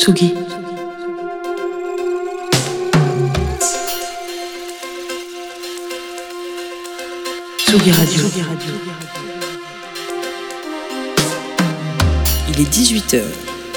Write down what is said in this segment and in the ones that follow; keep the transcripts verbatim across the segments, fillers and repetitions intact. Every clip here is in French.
Tsugi. Tsugi Radio. Il est dix-huit heures.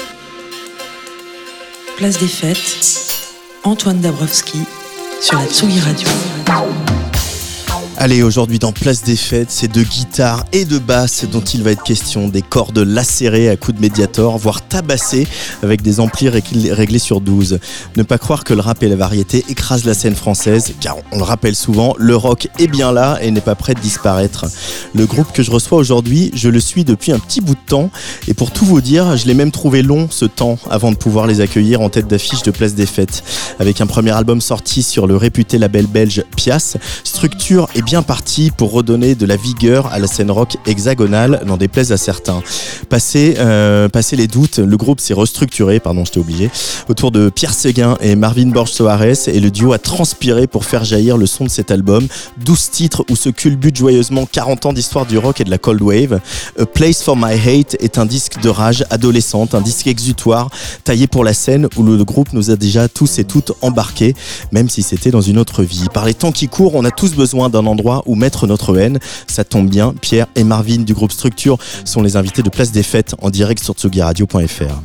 Place des Fêtes, Antoine Dabrowski sur la Tsugi Radio. Allez, aujourd'hui dans Place des Fêtes, c'est de guitare et de basse dont il va être question, des cordes lacérées à coups de médiator, voire tabassées avec des amplis réglés sur douze. Ne pas croire que le rap et la variété écrasent la scène française, car on le rappelle souvent, le rock est bien là et n'est pas prêt de disparaître. Le groupe que je reçois aujourd'hui, je le suis depuis un petit bout de temps, et pour tout vous dire, je l'ai même trouvé long ce temps avant de pouvoir les accueillir en tête d'affiche de Place des Fêtes. Avec un premier album sorti sur le réputé label belge Pias, Structure est bien parti pour redonner de la vigueur à la scène rock hexagonale, n'en déplaise à certains. Passé, euh, passé les doutes, le groupe s'est restructuré, pardon, j'étais obligé, autour de Pierre Séguin et Marvin Borges-Soares, et le duo a transpiré pour faire jaillir le son de cet album. douze titres où se culbutent joyeusement quarante ans d'histoire du rock et de la cold wave. A Place for My Hate est un disque de rage adolescente, un disque exutoire, taillé pour la scène où le groupe nous a déjà tous et toutes embarqués, même si c'était dans une autre vie. Par les temps qui courent, on a tous besoin d'un endroit où mettre notre haine. Ça tombe bien, Pierre et Marvin du groupe Structure sont les invités de Place des Fêtes en direct sur tsugi radio point f r.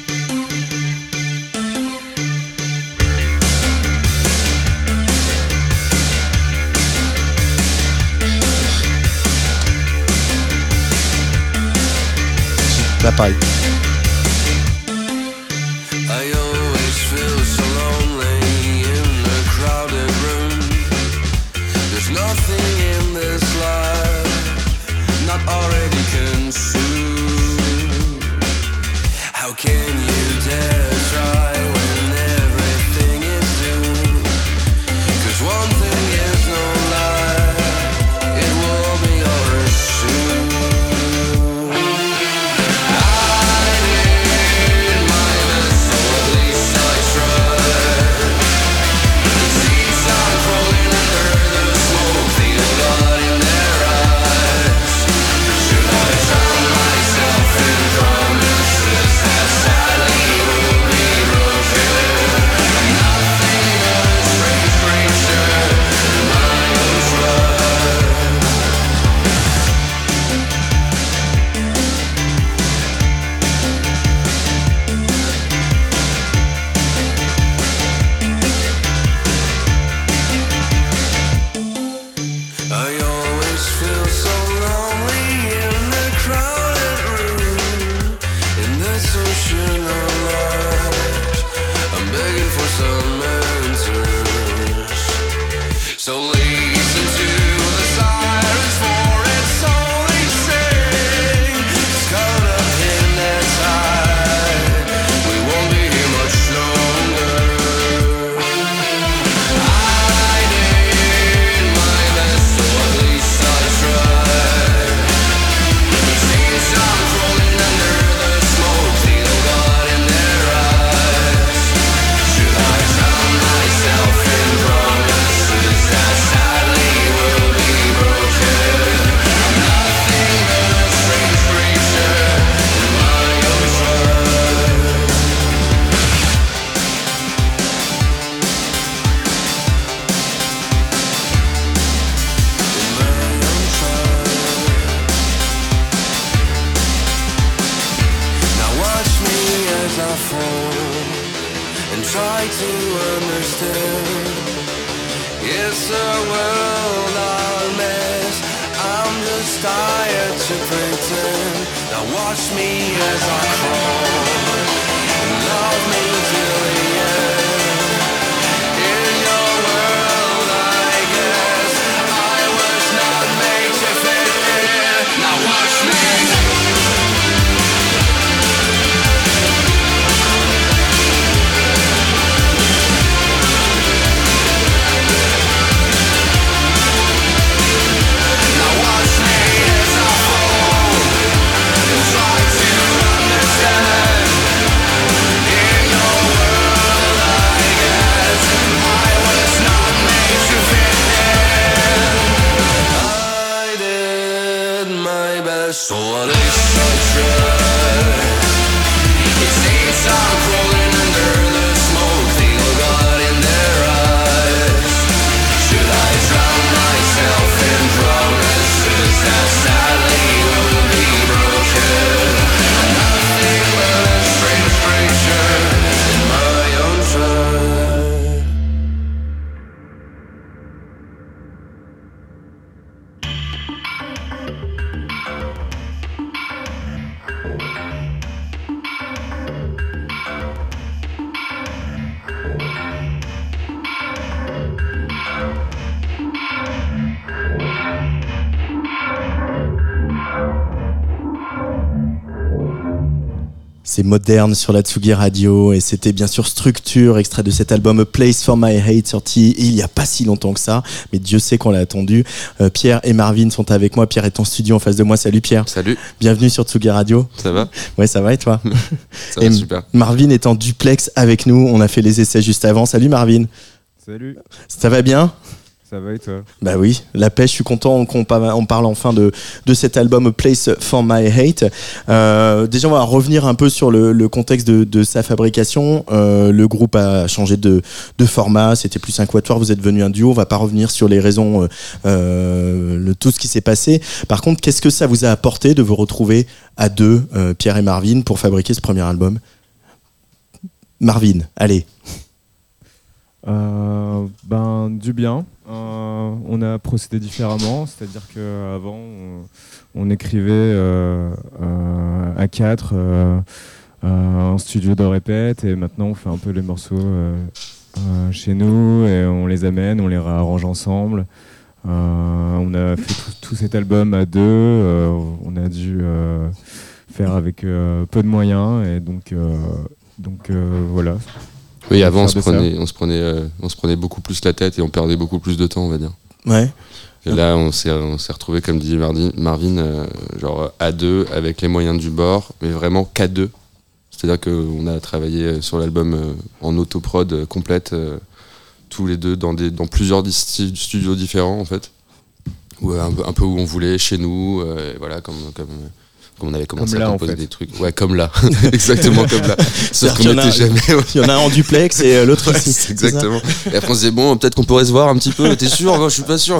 Là, pareil. So at least I try. C'est Moderne sur la Tsugi Radio et c'était bien sûr Structure, extrait de cet album A Place for My Hate, sorti il y a pas si longtemps que ça, mais Dieu sait qu'on l'a attendu. Euh, Pierre et Marvin sont avec moi. Pierre est en studio en face de moi. Salut Pierre. Salut. Bienvenue sur Tsugi Radio. Ça va ? Ouais, ça va et toi ? Ça va, super. Marvin est en duplex avec nous. On a fait les essais juste avant. Salut Marvin. Salut. Ça va bien ? Ça va et toi ? Bah oui, la pêche, je suis content qu'on on parle enfin de, de cet album A Place for My Hate. Euh, déjà, on va revenir un peu sur le, le contexte de, de sa fabrication. Euh, le groupe a changé de, de format, c'était plus un quatuor, vous êtes devenu un duo. On va pas revenir sur les raisons, euh, euh, le, tout ce qui s'est passé. Par contre, qu'est-ce que ça vous a apporté de vous retrouver à deux, euh, Pierre et Marvin, pour fabriquer ce premier album ? Marvin, allez. Euh, ben, du bien. Euh, on a procédé différemment, c'est-à-dire qu'avant, on, on écrivait euh, euh, à quatre euh, euh, en studio de répète, et maintenant on fait un peu les morceaux euh, euh, chez nous et on les amène, on les réarrange ensemble. Euh, on a fait tout, tout cet album à deux, euh, on a dû euh, faire avec euh, peu de moyens, et donc, euh, donc euh, voilà. Oui, avant on se, prenait, on, se prenait, euh, on se prenait beaucoup plus la tête et on perdait beaucoup plus de temps, on va dire. Ouais. Et là, on s'est, on s'est retrouvé, comme dit Marvin, Marvin euh, genre à deux, avec les moyens du bord, mais vraiment qu'à deux. C'est-à-dire qu'on a travaillé sur l'album euh, en autoprod euh, complète, euh, tous les deux dans, des, dans plusieurs sti- studios différents, en fait. Où, un, peu, un peu où on voulait, chez nous, euh, et voilà, comme... comme Comme on avait commencé comme là, à composer en fait. des trucs. Ouais, comme là. Exactement comme là. Sauf qu'on n'était jamais. Il y en a un en duplex et l'autre ouais, ici. C'est exactement. Et après, on se disait, bon, peut-être qu'on pourrait se voir un petit peu. T'es sûr ? Non, je suis pas sûr.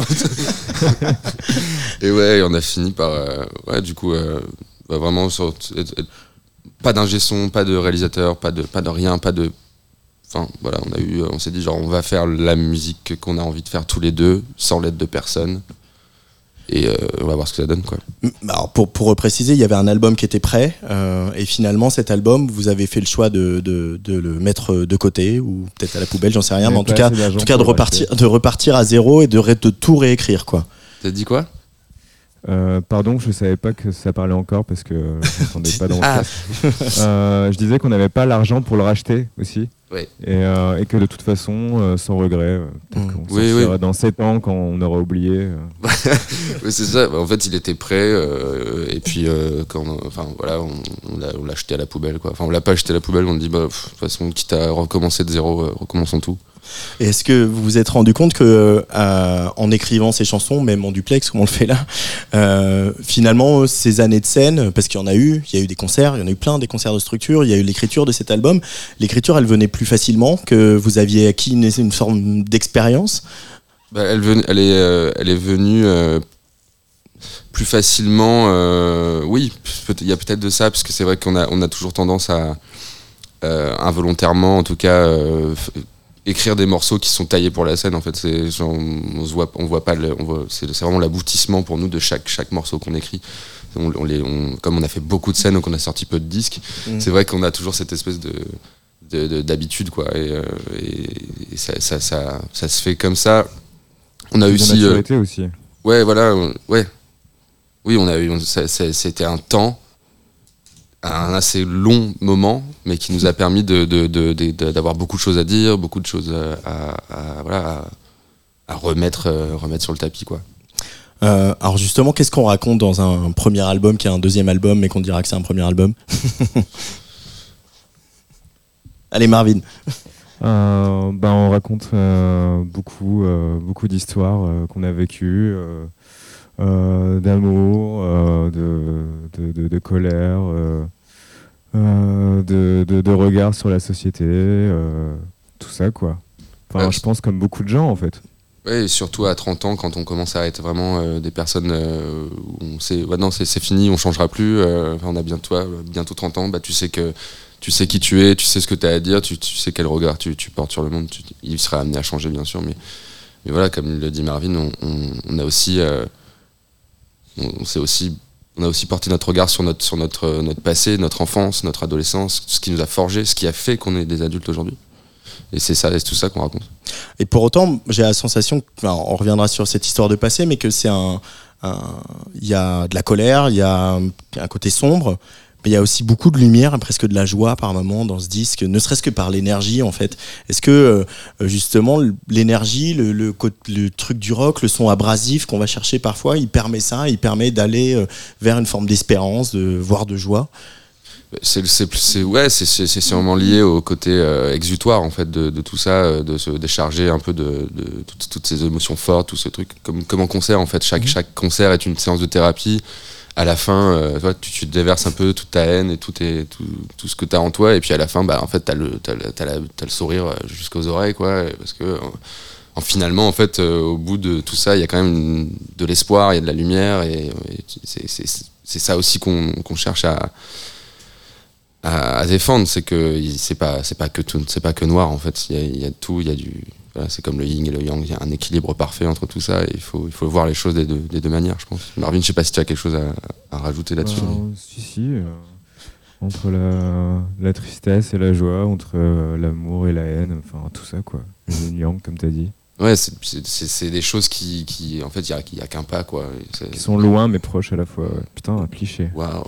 Et ouais, on a fini par. Euh, ouais, du coup, euh, bah, vraiment, sur, être, être, pas d'ingé son, pas de réalisateur, pas de, pas de rien, pas de. Enfin, voilà, on, a eu, on s'est dit, genre, on va faire la musique qu'on a envie de faire tous les deux, sans l'aide de personne. Et euh, on va voir ce que ça donne, quoi. Alors pour, pour préciser, il y avait un album qui était prêt euh, et finalement cet album, vous avez fait le choix de, de, de le mettre de côté ou peut-être à la poubelle, j'en sais rien, mais en tout cas, en tout cas de, repartir, de repartir à zéro et de, ré, de tout réécrire, quoi. T'as dit quoi ? Euh, pardon, je savais pas que ça parlait encore parce que je n'entendais pas dans le ah. euh, Je disais qu'on n'avait pas l'argent pour le racheter aussi. Oui. Et, euh, et que de toute façon, euh, sans regret, euh, peut-être mmh. qu'on oui, sortira oui. dans sept ans quand on aura oublié. Euh. Oui, c'est ça. En fait, il était prêt euh, et puis euh, quand, on, enfin voilà, on, on, l'a, on l'a jeté à la poubelle, quoi. Enfin, on l'a pas jeté à la poubelle. On dit, bah, de toute façon, quitte à recommencer de zéro, euh, recommençons tout. Et est-ce que vous vous êtes rendu compte que euh, en écrivant ces chansons, même en duplex comme on le fait là, euh, finalement ces années de scène, parce qu'il y en a eu, il y a eu des concerts, il y en a eu plein, des concerts de Structure, il y a eu l'écriture de cet album. L'écriture, elle venait plus facilement, que vous aviez acquis une, une forme d'expérience. Bah, elle, ven, elle est, euh, elle est venue euh, plus facilement. Euh, oui, il y a peut-être de ça, parce que c'est vrai qu'on a, on a toujours tendance à euh, involontairement, en tout cas. Euh, écrire des morceaux qui sont taillés pour la scène, en fait, c'est genre, on se voit, on voit pas le, on voit, c'est, c'est vraiment l'aboutissement pour nous de chaque chaque morceau qu'on écrit. On, on les, on, comme on a fait beaucoup de scènes, donc on a sorti peu de disques. Mmh. C'est vrai qu'on a toujours cette espèce de, de, de d'habitude, quoi, et, euh, et, et ça, ça, ça, ça se fait comme ça. On a eu aussi, euh, aussi. Ouais, voilà, ouais, oui, on a eu, on, ça, ça, c'était un temps. Un assez long moment, mais qui nous a permis de, de, de, de, de, d'avoir beaucoup de choses à dire, beaucoup de choses à, à, à, voilà, à, à remettre, euh, remettre sur le tapis, quoi. Euh, alors justement, qu'est-ce qu'on raconte dans un premier album qui est un deuxième album, mais qu'on dira que c'est un premier album ? Allez, Marvin. Euh, ben, on raconte euh, beaucoup, euh, beaucoup d'histoires euh, qu'on a vécues. Euh, Euh, d'amour, euh, de, de, de, de colère, euh, euh, de, de, de regard sur la société, euh, tout ça quoi. Enfin, Ouais, je pense comme beaucoup de gens en fait. Ouais, et surtout à trente ans, quand on commence à être vraiment euh, des personnes euh, où on sait, ouais, non, c'est, c'est fini, on changera plus, euh, enfin, on a bientôt, ouais, bientôt trente ans, bah, tu sais que tu sais qui tu es, tu sais ce que tu as à dire, tu, tu sais quel regard tu, tu portes sur le monde, tu, il sera amené à changer bien sûr, mais, mais voilà, comme le dit Marvin, on, on, on a aussi, euh, on, on sait aussi, on a aussi porté notre regard sur notre, sur notre, notre passé, notre enfance, notre adolescence, ce qui nous a forgé, ce qui a fait qu'on est des adultes aujourd'hui. Et c'est ça, c'est tout ça qu'on raconte. Et pour autant, j'ai la sensation, enfin, on reviendra sur cette histoire de passé, mais que c'est un, il y a de la colère, il y a un côté sombre, mais il y a aussi beaucoup de lumière, presque de la joie par moment dans ce disque, ne serait-ce que par l'énergie en fait. Est-ce que euh, justement l'énergie, le, le, le truc du rock, le son abrasif qu'on va chercher parfois, il permet ça, il permet d'aller euh, vers une forme d'espérance, de voire de joie? C'est, c'est, c'est, ouais, c'est, c'est, c'est sûrement lié au côté euh, exutoire en fait de, de tout ça, de se décharger un peu de, de toutes, toutes ces émotions fortes, tout ce truc. Comme, comme en concert en fait, chaque, mmh. chaque concert est une séance de thérapie. À la fin, euh, toi, tu, tu te déverses un peu toute ta haine et tout, tes, tout, tout ce que tu as en toi, et puis à la fin, bah, en fait, tu as le, t'as le, t'as la, t'as le sourire jusqu'aux oreilles, quoi, parce que en, finalement, en fait, euh, au bout de tout ça, il y a quand même une, de l'espoir, il y a de la lumière, et, et c'est, c'est, c'est ça aussi qu'on, qu'on cherche à À, à défendre, c'est que c'est pas c'est pas que tout, c'est pas que noir en fait. Il y a, il y a tout, il y a du, voilà, c'est comme le yin et le yang. Il y a un équilibre parfait entre tout ça. Et il faut il faut voir les choses des deux, des deux manières, je pense. Marvin, je sais pas si tu as quelque chose à, à rajouter là-dessus. Euh, mais... Si si. Euh, entre la, la tristesse et la joie, entre euh, l'amour et la haine, enfin tout ça quoi. Le yin yang comme t'as dit. Ouais, c'est, c'est, c'est des choses qui, qui en fait, il y a, y a qu'un pas quoi. C'est... Qui sont loin mais proches à la fois. Ouais. Putain, un cliché. Waouh.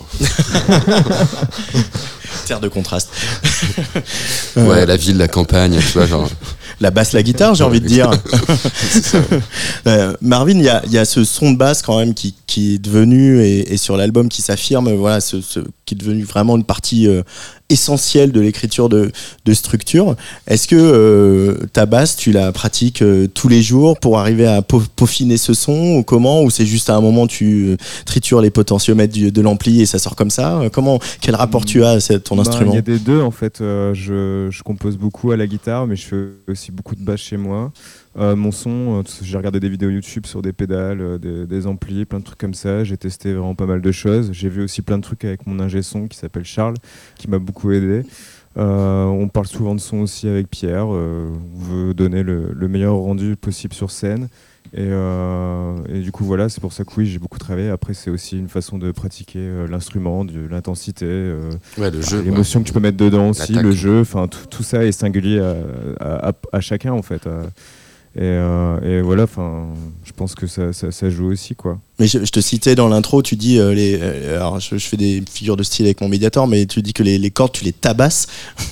Terre de contraste. Ouais, euh... la ville, la campagne, tu vois, genre. La basse, la guitare, j'ai envie de dire. euh, Marvin, il y a, y a ce son de basse quand même qui, qui est devenu, et, et sur l'album qui s'affirme, voilà, ce, ce, qui est devenu vraiment une partie euh, essentielle de l'écriture de, de Structure. Est-ce que euh, ta basse, tu la pratiques euh, tous les jours pour arriver à peaufiner ce son, ou comment, ou c'est juste à un moment tu tritures les potentiomètres du, de l'ampli et ça sort comme ça? Comment, quel rapport tu as à ton bah, instrument? Il y a des deux en fait. Euh, je, je compose beaucoup à la guitare, mais je fais aussi beaucoup de basse chez moi. Euh, mon son, euh, j'ai regardé des vidéos YouTube sur des pédales, euh, des, des amplis, plein de trucs comme ça. J'ai testé vraiment pas mal de choses. J'ai vu aussi plein de trucs avec mon ingé son qui s'appelle Charles, qui m'a beaucoup aidé. Euh, on parle souvent de son aussi avec Pierre. Euh, on veut donner le, le meilleur rendu possible sur scène. Et, euh, et du coup voilà, c'est pour ça que oui, j'ai beaucoup travaillé. Après c'est aussi une façon de pratiquer euh, l'instrument, de l'intensité, euh, ouais, le jeu, l'émotion ouais. que tu peux mettre dedans aussi, L'attaque. le jeu, enfin tout, tout ça est singulier à, à, à chacun en fait. Et, euh, et voilà, enfin, je pense que ça, ça, ça joue aussi quoi. Mais je, je te citais dans l'intro, tu dis euh, les, euh, alors je, je fais des figures de style avec mon médiator, mais tu dis que les, les cordes tu les tabasses.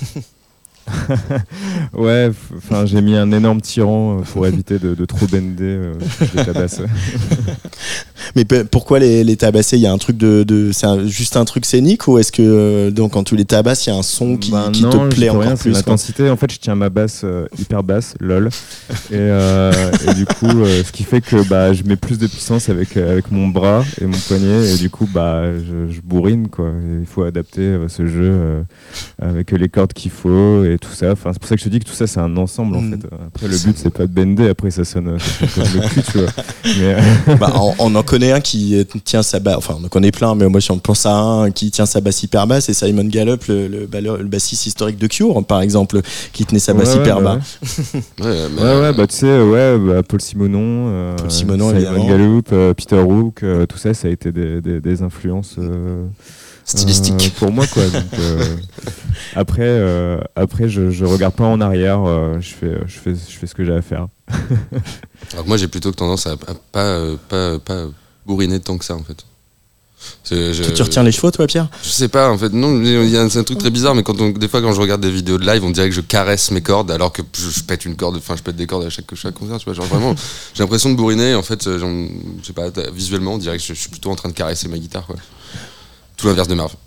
Ouais, enfin j'ai mis un énorme tyran pour éviter de, de trop bender, euh, je les tabasse. Mais p- pourquoi les, les tabasser? Il y a un truc de, de c'est un, juste un truc scénique, ou est-ce que euh, donc quand tu les tabasses, il y a un son qui, ben qui non, te plaît encore rien, plus? C'est l'intensité. En fait, je tiens ma basse euh, hyper basse, lol. Et, euh, et du coup, euh, ce qui fait que bah je mets plus de puissance avec euh, avec mon bras et mon poignet, et du coup bah je, je bourrine quoi. Et il faut adapter euh, ce jeu euh, avec les cordes qu'il faut et tout ça. Enfin, c'est pour ça que je te dis que tout ça c'est un ensemble en mmh. fait. Après le but c'est pas de bender, après ça sonne, ça sonne comme le cul, tu vois. Mais, euh... bah, on, on en connaît un qui tient sa basse, enfin on en connaît plein, mais moi je pense à un qui tient sa basse hyper basse, et Simon Gallup, le, le, le bassiste historique de Cure par exemple, qui tenait sa basse ouais, hyper ouais, bas. Ouais, ouais, mais... ouais, ouais, bah tu sais, ouais, bah, Paul Simonon, euh, Paul Simonon, Simon évidemment. Gallup, euh, Peter Hook, euh, tout ça, ça a été des, des, des influences euh, stylistiques euh, pour moi quoi. Donc, euh, après, euh, après, je, je regarde pas en arrière, euh, je fais, je fais, je fais ce que j'ai à faire. Alors que moi j'ai plutôt tendance à, à pas, euh, pas, pas bourriner tant que ça en fait. C'est, je, Tu retiens les chevaux toi, Pierre? Je sais pas en fait, non, il y a un, c'est un truc très bizarre, mais quand on, des fois quand je regarde des vidéos de live, on dirait que je caresse mes cordes alors que je, je pète une corde, enfin je pète des cordes à chaque, chaque concert, tu vois, genre vraiment j'ai l'impression de bourriner, en fait, genre, je sais pas, visuellement on dirait que je, je suis plutôt en train de caresser ma guitare quoi. tout l'inverse de Marv.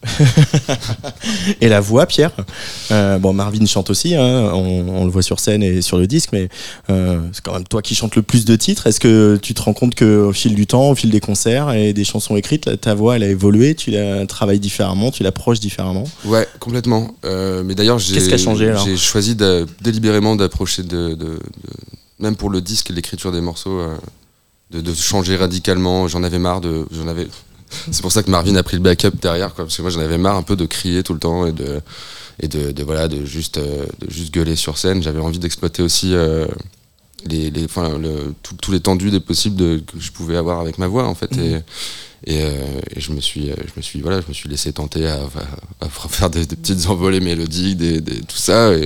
Et la voix, Pierre. Euh, bon, Marvin chante aussi, hein, on, on le voit sur scène et sur le disque, mais euh, c'est quand même toi qui chantes le plus de titres. Est-ce que tu te rends compte qu'au fil du temps, au fil des concerts et des chansons écrites, ta voix, elle a évolué, tu la travailles différemment, tu l'approches différemment? Ouais, complètement. Euh, mais d'ailleurs, j'ai, Qu'est-ce qui a changé, alors j'ai choisi de, délibérément d'approcher de, de, de, même pour le disque et l'écriture des morceaux, euh, de, de changer radicalement. J'en avais marre de, j'en avais. C'est pour ça que Marvin a pris le backup derrière, quoi, parce que moi j'en avais marre un peu de crier tout le temps et de et de, de voilà de juste euh, de juste gueuler sur scène. J'avais envie d'exploiter aussi euh, les les enfin le tous les tendus des possibles de, que je pouvais avoir avec ma voix en fait. Mmh. et et, euh, et je me suis je me suis voilà je me suis laissé tenter à, à, à faire des, des petites envolées mélodiques, des, des tout ça et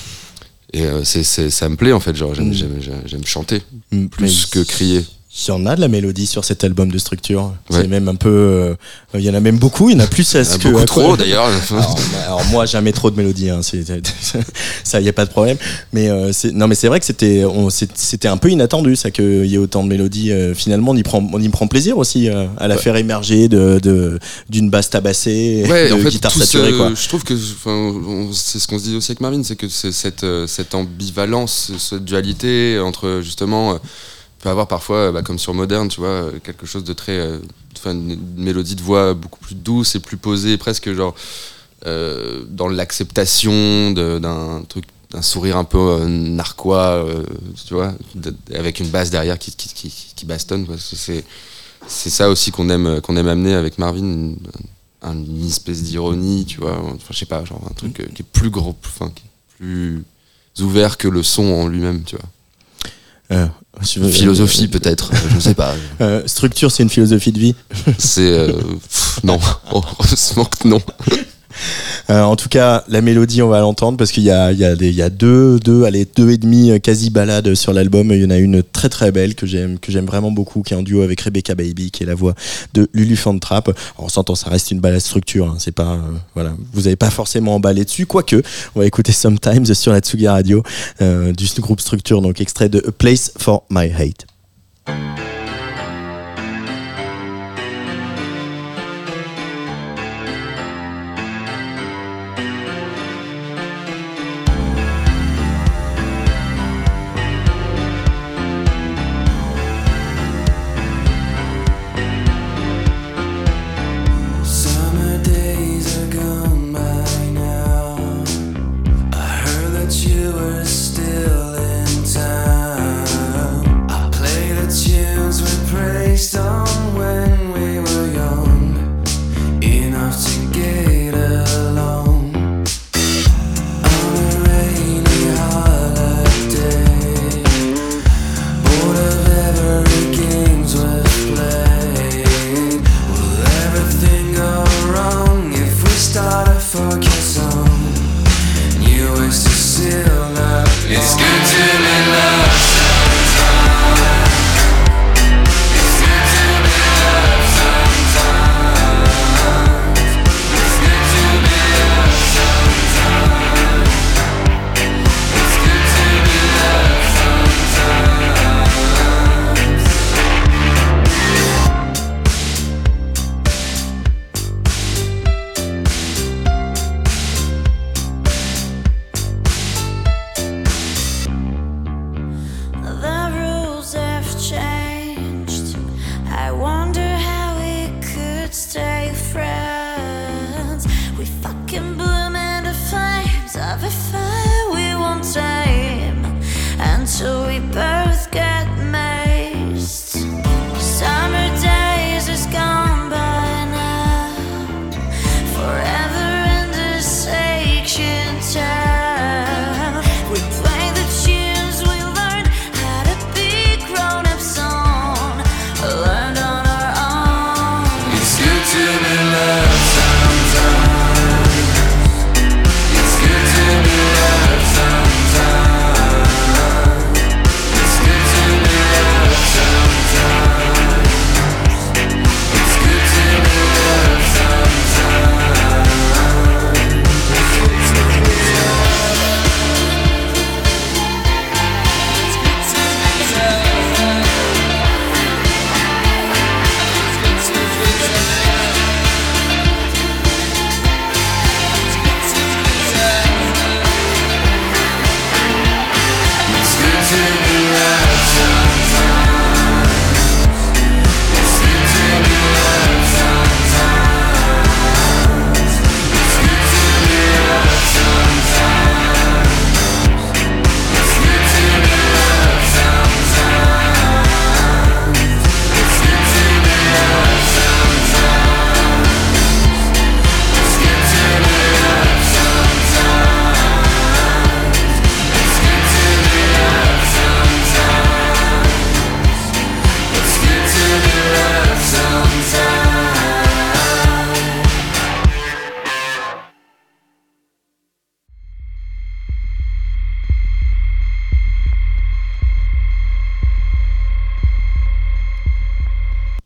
et euh, c'est, c'est ça me plaît en fait, genre j'aime mmh. j'aime, j'aime, j'aime chanter mmh. plus Mais que crier. Il y en a de la mélodie sur cet album de Structure. Ouais. C'est même un peu. Euh, il y en a même beaucoup. Il y en a plus à ce que. Beaucoup trop d'ailleurs. Alors, alors moi, jamais trop de mélodie. Hein, c'est, ça, il y a pas de problème. Mais euh, c'est, non, mais c'est vrai que c'était, on, c'était un peu inattendu, ça, qu'il y ait autant de mélodies. Euh, finalement, on y prend, on y prend plaisir aussi euh, à la ouais. faire émerger de, de, d'une basse tabassée, ouais, de en fait, guitare saturée. Ce, quoi. Je trouve que, on, c'est ce qu'on se dit aussi avec Marvin, c'est que c'est cette, cette ambivalence, cette dualité entre justement. Peut avoir parfois, bah, comme sur Moderne, tu vois, quelque chose de très, euh, une mélodie de voix beaucoup plus douce et plus posée, presque genre euh, dans l'acceptation de, d'un truc, d'un sourire un peu euh, narquois, euh, tu vois, de, avec une basse derrière qui, qui, qui, qui bastonne. Parce que c'est, c'est ça aussi qu'on aime, qu'on aime amener avec Marvin, une, une espèce d'ironie, tu vois. Enfin, je sais pas, genre un truc qui est plus gros, enfin, qui est plus ouvert que le son en lui-même, tu vois. Euh, veux, philosophie euh, peut-être, je ne sais pas. Euh, structure, c'est une philosophie de vie. C'est euh, pff, non, heureusement que non. Euh, en tout cas, la mélodie, on va l'entendre parce qu'il y a, il y a, des, il y a deux, deux, allez, deux et demi quasi balades sur l'album. Il y en a une très très belle que j'aime, que j'aime vraiment beaucoup, qui est en duo avec Rebecca Baby, qui est la voix de Lulu Fantrap. Alors, on s'entend, ça reste une balade Structure. Hein, c'est pas, euh, voilà, vous n'avez pas forcément emballé dessus, quoique. On va écouter Sometimes sur la Tsugi Radio euh, du groupe Structure, donc extrait de A Place for My Hate.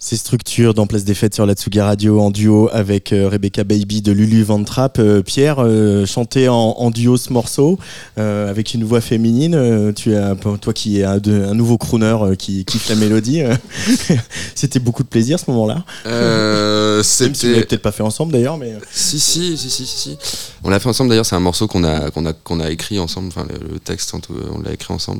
Ces structures dans Place des Fêtes sur la Tsugi Radio en duo avec euh, Rebecca Baby de Lulu Van Trapp. Euh, Pierre, euh, chanter en, en duo ce morceau euh, avec une voix féminine. Euh, tu as, toi qui es un, de, un nouveau crooner euh, qui kiffe la mélodie, euh, c'était beaucoup de plaisir ce moment-là. Euh, c'était... Même si vous l'avez peut-être pas fait ensemble d'ailleurs, mais si si si si si. si. On l'a fait ensemble d'ailleurs. C'est un morceau qu'on a qu'on a qu'on a écrit ensemble. Enfin le, le texte on l'a écrit ensemble.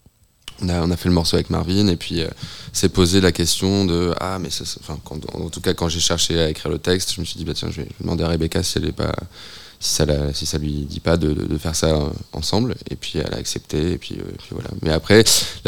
On a, on a fait le morceau avec Marvin et puis euh, s'est posé la question de ah mais ça, enfin quand, en tout cas quand j'ai cherché à écrire le texte, je me suis dit bah tiens je vais demander à Rebecca si elle est pas si ça la, si ça lui dit pas de, de, de faire ça euh, ensemble et puis elle a accepté et puis, euh, puis voilà. Mais après la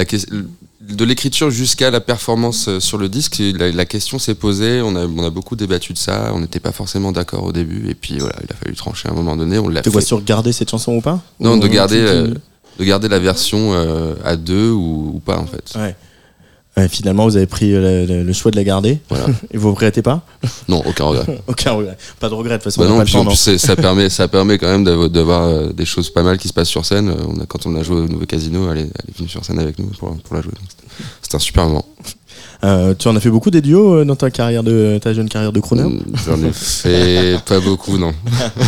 de l'écriture jusqu'à la performance sur le disque, la, la question s'est posée. On a on a beaucoup débattu de ça. On n'était pas forcément d'accord au début et puis voilà il a fallu trancher à un moment donné. On l'a tu fait. vois sur garder cette chanson ou pas? Non ou de garder. tu, tu... Euh, de garder la version euh, à deux ou, ou pas en fait. Ouais. Ouais, finalement vous avez pris le, le, le choix de la garder. Voilà. Et vous regrettez pas? Non, aucun regret. Aucun regret. Pas de regret de toute façon. Bah on non, a pas puis, le temps, non. puis ça permet, ça permet quand même d'avoir, d'avoir euh, des choses pas mal qui se passent sur scène. Euh, on a, quand on a joué au Nouveau Casino, elle est, elle est venue sur scène avec nous pour, pour la jouer. Donc c'était, c'était un super moment. Euh, tu en as fait beaucoup des duos dans ta carrière de ta jeune carrière de crooner? J'en ai fait pas beaucoup, non.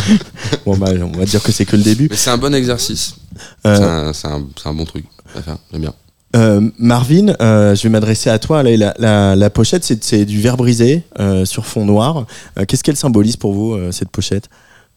Bon bah on va dire que c'est que le début. Mais c'est un bon exercice. Euh, c'est, un, c'est, un, c'est un bon truc à faire. J'aime bien. Euh, Marvin, euh, je vais m'adresser à toi. Là, la, la, la pochette, c'est, c'est du verre brisé euh, sur fond noir. Euh, qu'est-ce qu'elle symbolise pour vous euh, cette pochette?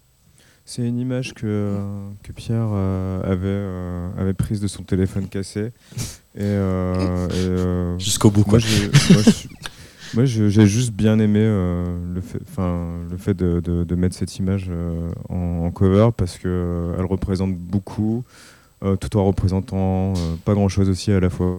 C'est une image que, que Pierre euh, avait, euh, avait prise de son téléphone cassé. Et, euh, et, euh, Jusqu'au bout, quoi. Moi, j'ai, moi, je, moi je, j'ai juste bien aimé euh, le fait, le fait de, de, de mettre cette image euh, en, en cover parce qu'elle euh, représente beaucoup, euh, tout en représentant euh, pas grand-chose aussi à la fois.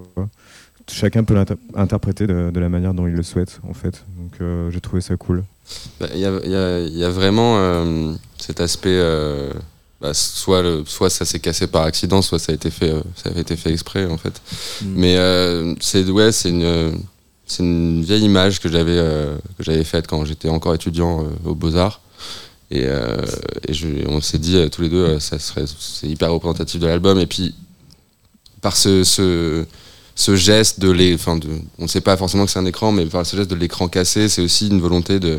Chacun peut l'interpréter de, de la manière dont il le souhaite, en fait. Donc euh, j'ai trouvé ça cool. Il bah, y, y, a, y a vraiment euh, cet aspect, euh, bah, soit, le, soit ça s'est cassé par accident, soit ça a été fait, euh, ça a été fait exprès en fait. Mmh. Mais euh, c'est, ouais, c'est, une, c'est une vieille image que j'avais, euh, que j'avais faite quand j'étais encore étudiant euh, aux Beaux-Arts. Et, euh, et je, on s'est dit euh, tous les deux, euh, ça serait, c'est hyper représentatif de l'album. Et puis, par ce... ce ce geste de les, enfin de, on ne sait pas forcément que c'est un écran, mais par ce geste de l'écran cassé, c'est aussi une volonté de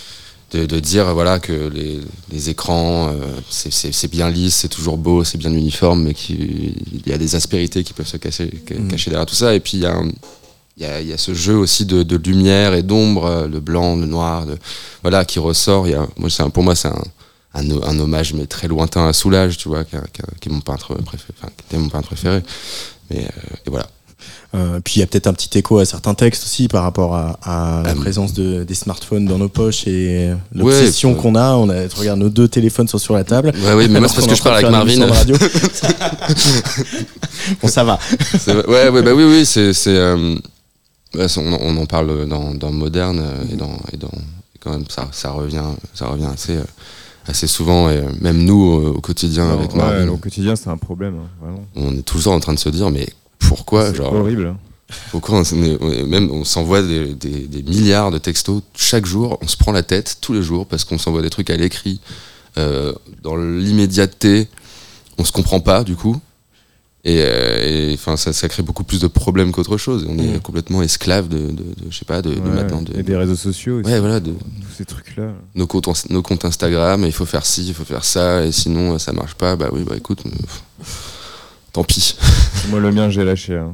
de, de dire voilà que les, les écrans, euh, c'est, c'est, c'est bien lisse, c'est toujours beau, c'est bien uniforme, mais qu'il y a des aspérités qui peuvent se cacher, mmh. cacher derrière tout ça. Et puis il y a un, il y a, il y a ce jeu aussi de, de lumière et d'ombre, le blanc, le noir, de, voilà, qui ressort. Il y a, moi, c'est un, pour moi, c'est un, un, un hommage mais très lointain à Soulage, tu vois, qui, qui, qui est mon peintre préféré, enfin, qui était mon peintre préféré. Mais euh, et voilà. Euh, puis il y a peut-être un petit écho à certains textes aussi par rapport à, à la euh, présence de, des smartphones dans nos poches et l'obsession ouais, qu'on a. On a, tu regardes, nos deux téléphones sont sur la table. Ouais, oui, mais moi c'est parce que je parle avec Marvin. Bon, ça va. C'est, ouais, ouais, bah oui, oui, c'est, c'est euh, ouais, on, on en parle dans, dans Moderne et dans, et dans et quand même ça, ça revient, ça revient assez. Euh, assez souvent et même nous au, au quotidien non, avec ouais, Marvin. Au quotidien c'est un problème, hein, vraiment. On est toujours en train de se dire mais pourquoi, c'est genre, horrible. Pourquoi on, on, même on s'envoie des, des, des milliards de textos chaque jour, on se prend la tête tous les jours parce qu'on s'envoie des trucs à l'écrit euh, dans l'immédiateté, on se comprend pas du coup et enfin ça, ça crée beaucoup plus de problèmes qu'autre chose. On est mmh. complètement esclave de, de, de je sais pas de, ouais, de maintenant de, et des réseaux sociaux aussi. Ouais voilà de tous ces trucs là. Nos comptes nos comptes Instagram, il faut faire ci, il faut faire ça et sinon ça marche pas. Bah oui bah écoute. Mais, tant pis. Moi, le mien, j'ai lâché. Hein.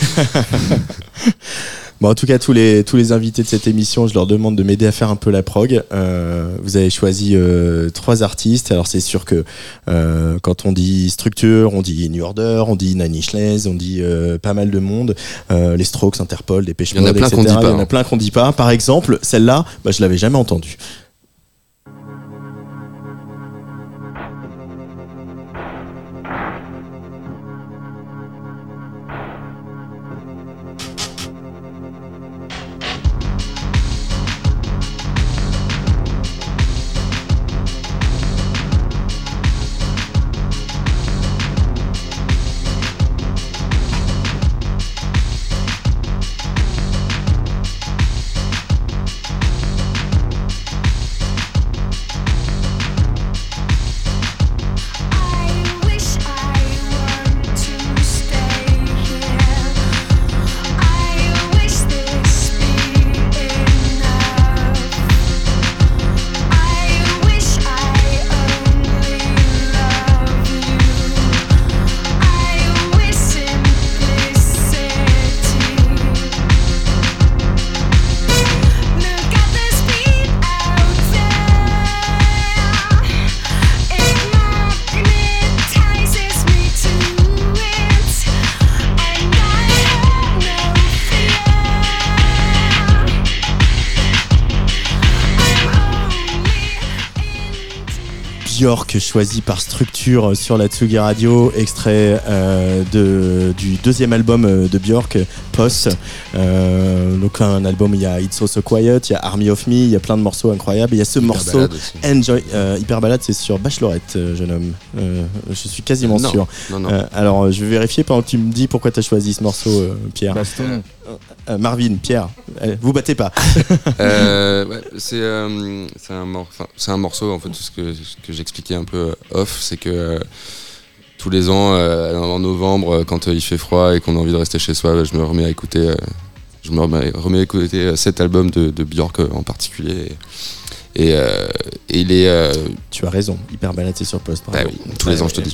Bon, en tout cas, tous les, tous les invités de cette émission, je leur demande de m'aider à faire un peu la prog. Euh, vous avez choisi euh, trois artistes. Alors, c'est sûr que euh, quand on dit structure, on dit New Order, on dit Nine Inch Nails, on dit euh, pas mal de monde. Euh, les Strokes, Interpol, Depeche Mode, et cetera. Il y en a plein qu'on dit pas. Il y en a plein qu'on dit pas. Par exemple, celle-là, bah, je l'avais jamais entendue. Björk, choisi par Structure sur la Tsugi Radio, extrait euh, de, du deuxième album de Björk, Post. Euh, donc un album, il y a It's So So Quiet, il y a Army of Me, il y a plein de morceaux incroyables. Il y a ce Hyper morceau balade Enjoy, euh, Hyper Balade, c'est sur Bachelorette, euh, jeune homme. Euh, je suis quasiment non, sûr. Non, non. Euh, alors, je vais vérifier pendant que tu me dis pourquoi tu as choisi ce morceau, euh, Pierre. Baston. Euh, Marvin, Pierre, allez, vous battez pas. Euh, ouais, c'est euh, c'est un, mor- c'est un morceau, en fait, ce que, ce que j'expliquais un peu off, c'est que euh, tous les ans, euh, en novembre, quand euh, il fait froid et qu'on a envie de rester chez soi, je me remets à écouter, euh, je me remets, remets à écouter euh, cet album de, de Björk en particulier. Et, et, euh, et il est. Euh, Tu as raison, Hyper Balade, c'est sur Post. bah oui, tous les ans, je te dis.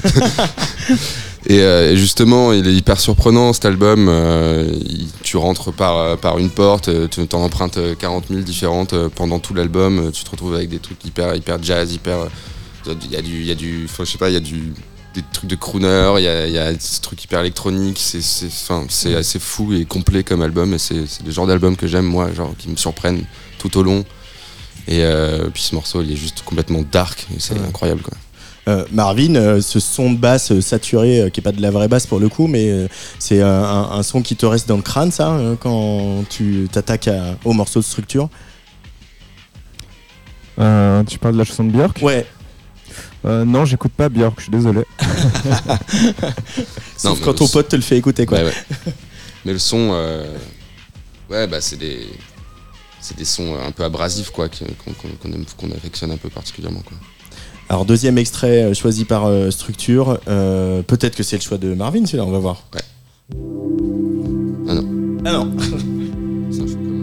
Et, euh, et justement, il est hyper surprenant cet album. Euh, il, tu rentres par, par une porte, tu t'en empruntes quarante mille différentes pendant tout l'album. Tu te retrouves avec des trucs hyper, hyper jazz, hyper. Il y a du, il y a du, enfin, je sais pas, il y a du, des trucs de crooner, il y a, il y a des trucs hyper électroniques. C'est, c'est, enfin, c'est assez fou et complet comme album. Et c'est, c'est le genre d'album que j'aime moi, genre qui me surprennent tout au long. Et euh, puis ce morceau, il est juste complètement dark. Et c'est ouais. incroyable, quoi. Euh, Marvin, euh, ce son de basse euh, saturé, euh, qui est pas de la vraie basse pour le coup, mais euh, c'est euh, un, un son qui te reste dans le crâne, ça, euh, quand tu t'attaques à, au morceau de Structure. Euh, tu parles de la chanson de Björk ? Ouais. Euh, non, j'écoute pas Björk, je suis désolé. Sauf non, quand ton pote te le fait écouter, quoi. Ouais, ouais. Mais le son, euh... ouais, bah c'est des, c'est des sons un peu abrasifs, quoi, qu'on, qu'on, qu'on, aime, qu'on affectionne un peu particulièrement, quoi. Alors deuxième extrait euh, choisi par euh, Structure, euh, peut-être que c'est le choix de Marvin, celui-là, on va voir. Ouais. Ah non. Ah non. C'est un choix commun.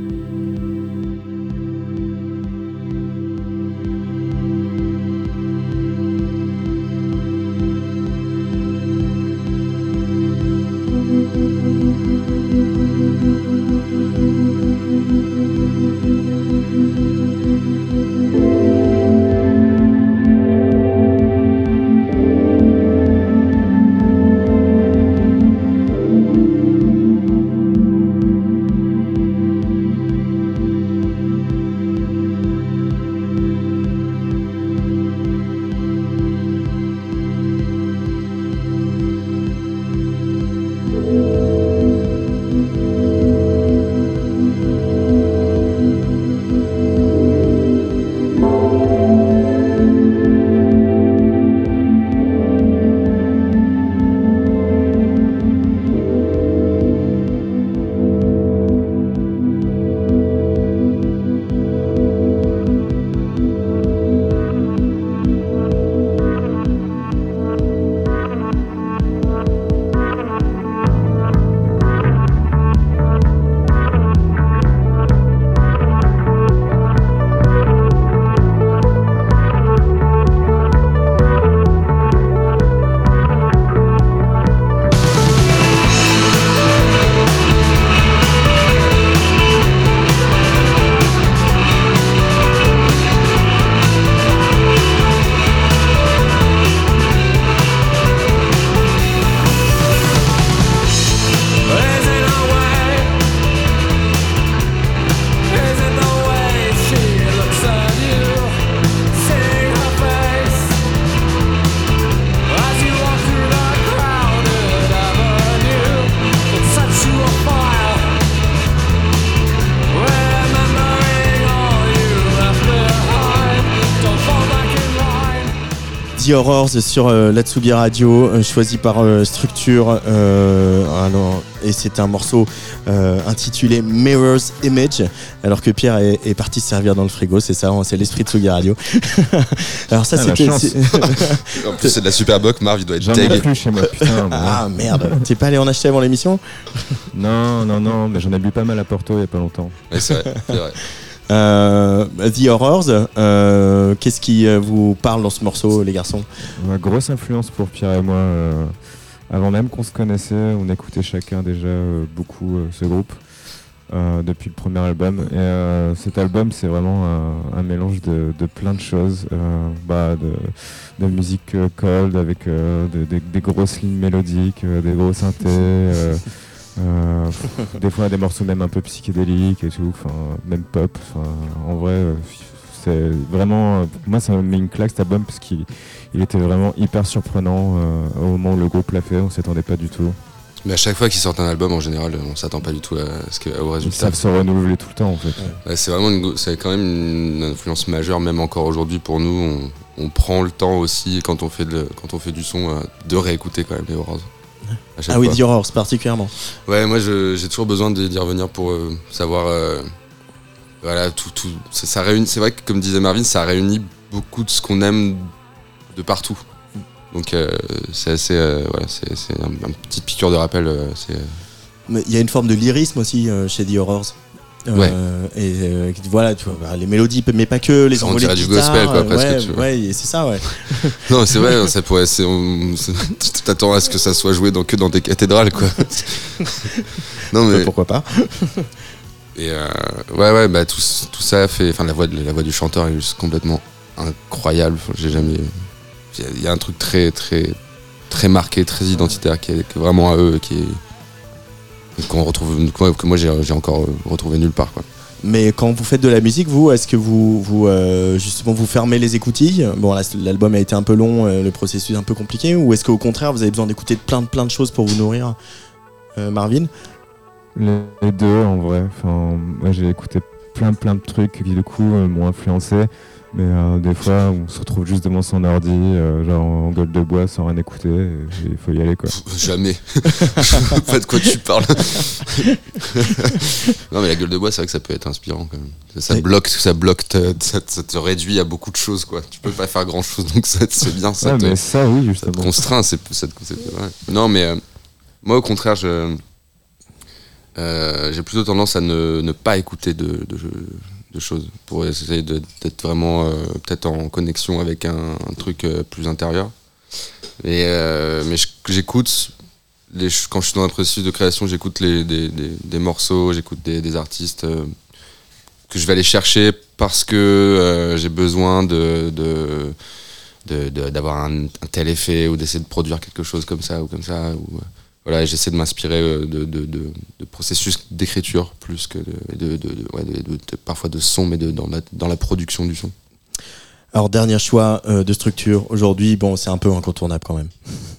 The Horrors sur euh, la Tsugi Radio, euh, choisi par euh, Structure, euh, alors, et c'est un morceau euh, intitulé Mirror's Image, alors que Pierre est, est parti se servir dans le frigo, c'est ça, c'est l'esprit de Tsugi Radio. Alors ça, ah, c'était... En plus c'est de la Superboc, Marv il doit être J'en deg. ai plus chez moi, putain. Ah merde, t'es pas allé en acheter avant l'émission ? Non, non, non, mais j'en ai bu pas mal à Porto il y a pas longtemps. Ouais, c'est vrai, c'est vrai. Euh, The Horrors, euh, qu'est-ce qui euh, vous parle dans ce morceau, les garçons ? Une grosse influence pour Pierre et moi. Euh, avant même qu'on se connaissait, on écoutait chacun déjà euh, beaucoup euh, ce groupe euh, depuis le premier album. Et euh, cet album, c'est vraiment un, un mélange de, de plein de choses, euh, bah, de, de musique euh, cold avec euh, de, de, des grosses lignes mélodiques, euh, des gros synthés. Euh, Euh, des fois des morceaux même un peu psychédéliques et tout, enfin même pop. En vrai, euh, c'est vraiment, pour moi, ça m'a mis une claque cet album parce qu'il il était vraiment hyper surprenant euh, au moment où le groupe l'a fait, on s'attendait pas du tout. Mais à chaque fois qu'ils sortent un album, en général, on s'attend pas du tout à ce que, au résultat. Ils savent se renouveler tout le temps, en fait. Ouais. Ouais, c'est vraiment une, c'est quand même une influence majeure, même encore aujourd'hui pour nous. On, on prend le temps aussi quand on fait, de, quand on fait du son euh, de réécouter quand même les Horrors. Ah fois. oui, The Horrors particulièrement. Ouais, moi je, j'ai toujours besoin d'y revenir pour euh, savoir. Euh, voilà, tout, tout. Ça, ça réunit. C'est vrai que comme disait Marvin, ça réunit beaucoup de ce qu'on aime de partout. Donc euh, c'est assez, euh, voilà, c'est, c'est un, un petit piqûre de rappel. Euh, c'est, euh... Mais il y a une forme de lyrisme aussi euh, chez The Horrors. Euh, ouais. Et euh, voilà, tu vois, bah, les mélodies, mais pas que, les envolées de du guitare. gospel, quoi, presque. Ouais, tu vois. ouais, c'est ça, ouais. Non, c'est vrai, ça pourrait. C'est, on, c'est, tu t'attends à ce que ça soit joué dans, que dans des cathédrales, quoi. Non mais pourquoi pas. Et euh, ouais, ouais, bah tout, tout ça fait. Enfin, la voix, de, la voix du chanteur est juste complètement incroyable. Enfin, j'ai jamais. Il y a un truc très, très, très marqué, très identitaire qui est, qui est vraiment à eux, qui est, qu'on retrouve, que moi j'ai, j'ai encore retrouvé nulle part, quoi. Mais quand vous faites de la musique, vous, est-ce que vous, vous euh, justement, vous fermez les écoutilles ? Bon, là, l'album a été un peu long, euh, le processus un peu compliqué, ou est-ce qu'au contraire, vous avez besoin d'écouter plein, plein de choses pour vous nourrir, euh, Marvin ? Les deux, en vrai. Enfin, moi, j'ai écouté plein, plein de trucs qui, du coup, euh, m'ont influencé. Mais euh, des fois, on se retrouve juste devant son ordi, euh, genre en gueule de bois, sans rien écouter, et il faut y aller, quoi. Jamais. Pas de quoi tu parles. Non, mais la gueule de bois, c'est vrai que ça peut être inspirant, quand même. Ça, ça bloque, ça bloque, te, ça, ça te réduit à beaucoup de choses, quoi. Tu peux pas faire grand chose, donc ça, c'est bien. Ça ouais, te, mais ça, oui, justement. Ça te contraint, c'est, c'est, c'est ouais. Non, mais euh, moi, au contraire, je, euh, j'ai plutôt tendance à ne, ne pas écouter de. de de choses pour essayer de, d'être vraiment euh, peut-être en connexion avec un, un truc euh, plus intérieur. Et, euh, mais je, j'écoute les, quand je suis dans un processus de création, j'écoute les, des, des, des morceaux, j'écoute des, des artistes euh, que je vais aller chercher parce que euh, j'ai besoin de, de, de, de d'avoir un, un tel effet ou d'essayer de produire quelque chose comme ça ou comme ça ou, voilà, et j'essaie de m'inspirer de, de, de, de processus d'écriture plus que de, de, de, de, ouais, de, de, de parfois de son, mais de, dans, la, dans la production du son. Alors, dernier choix euh, de structure. Aujourd'hui, bon, c'est un peu incontournable quand même.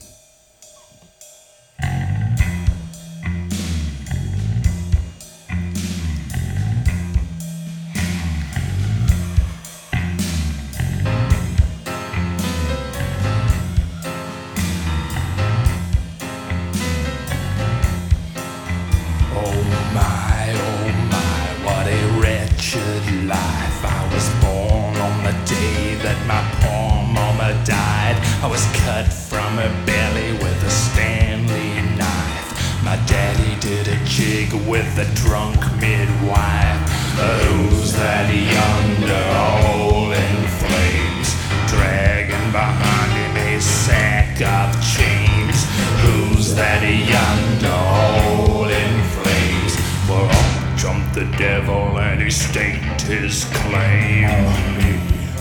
I was cut from her belly with a Stanley knife. My daddy did a jig with a drunk midwife. Who's that yonder all in flames, dragging behind him a sack of chains? Who's that yonder all in flames? Well, up jumped the devil and he staked his claim on me.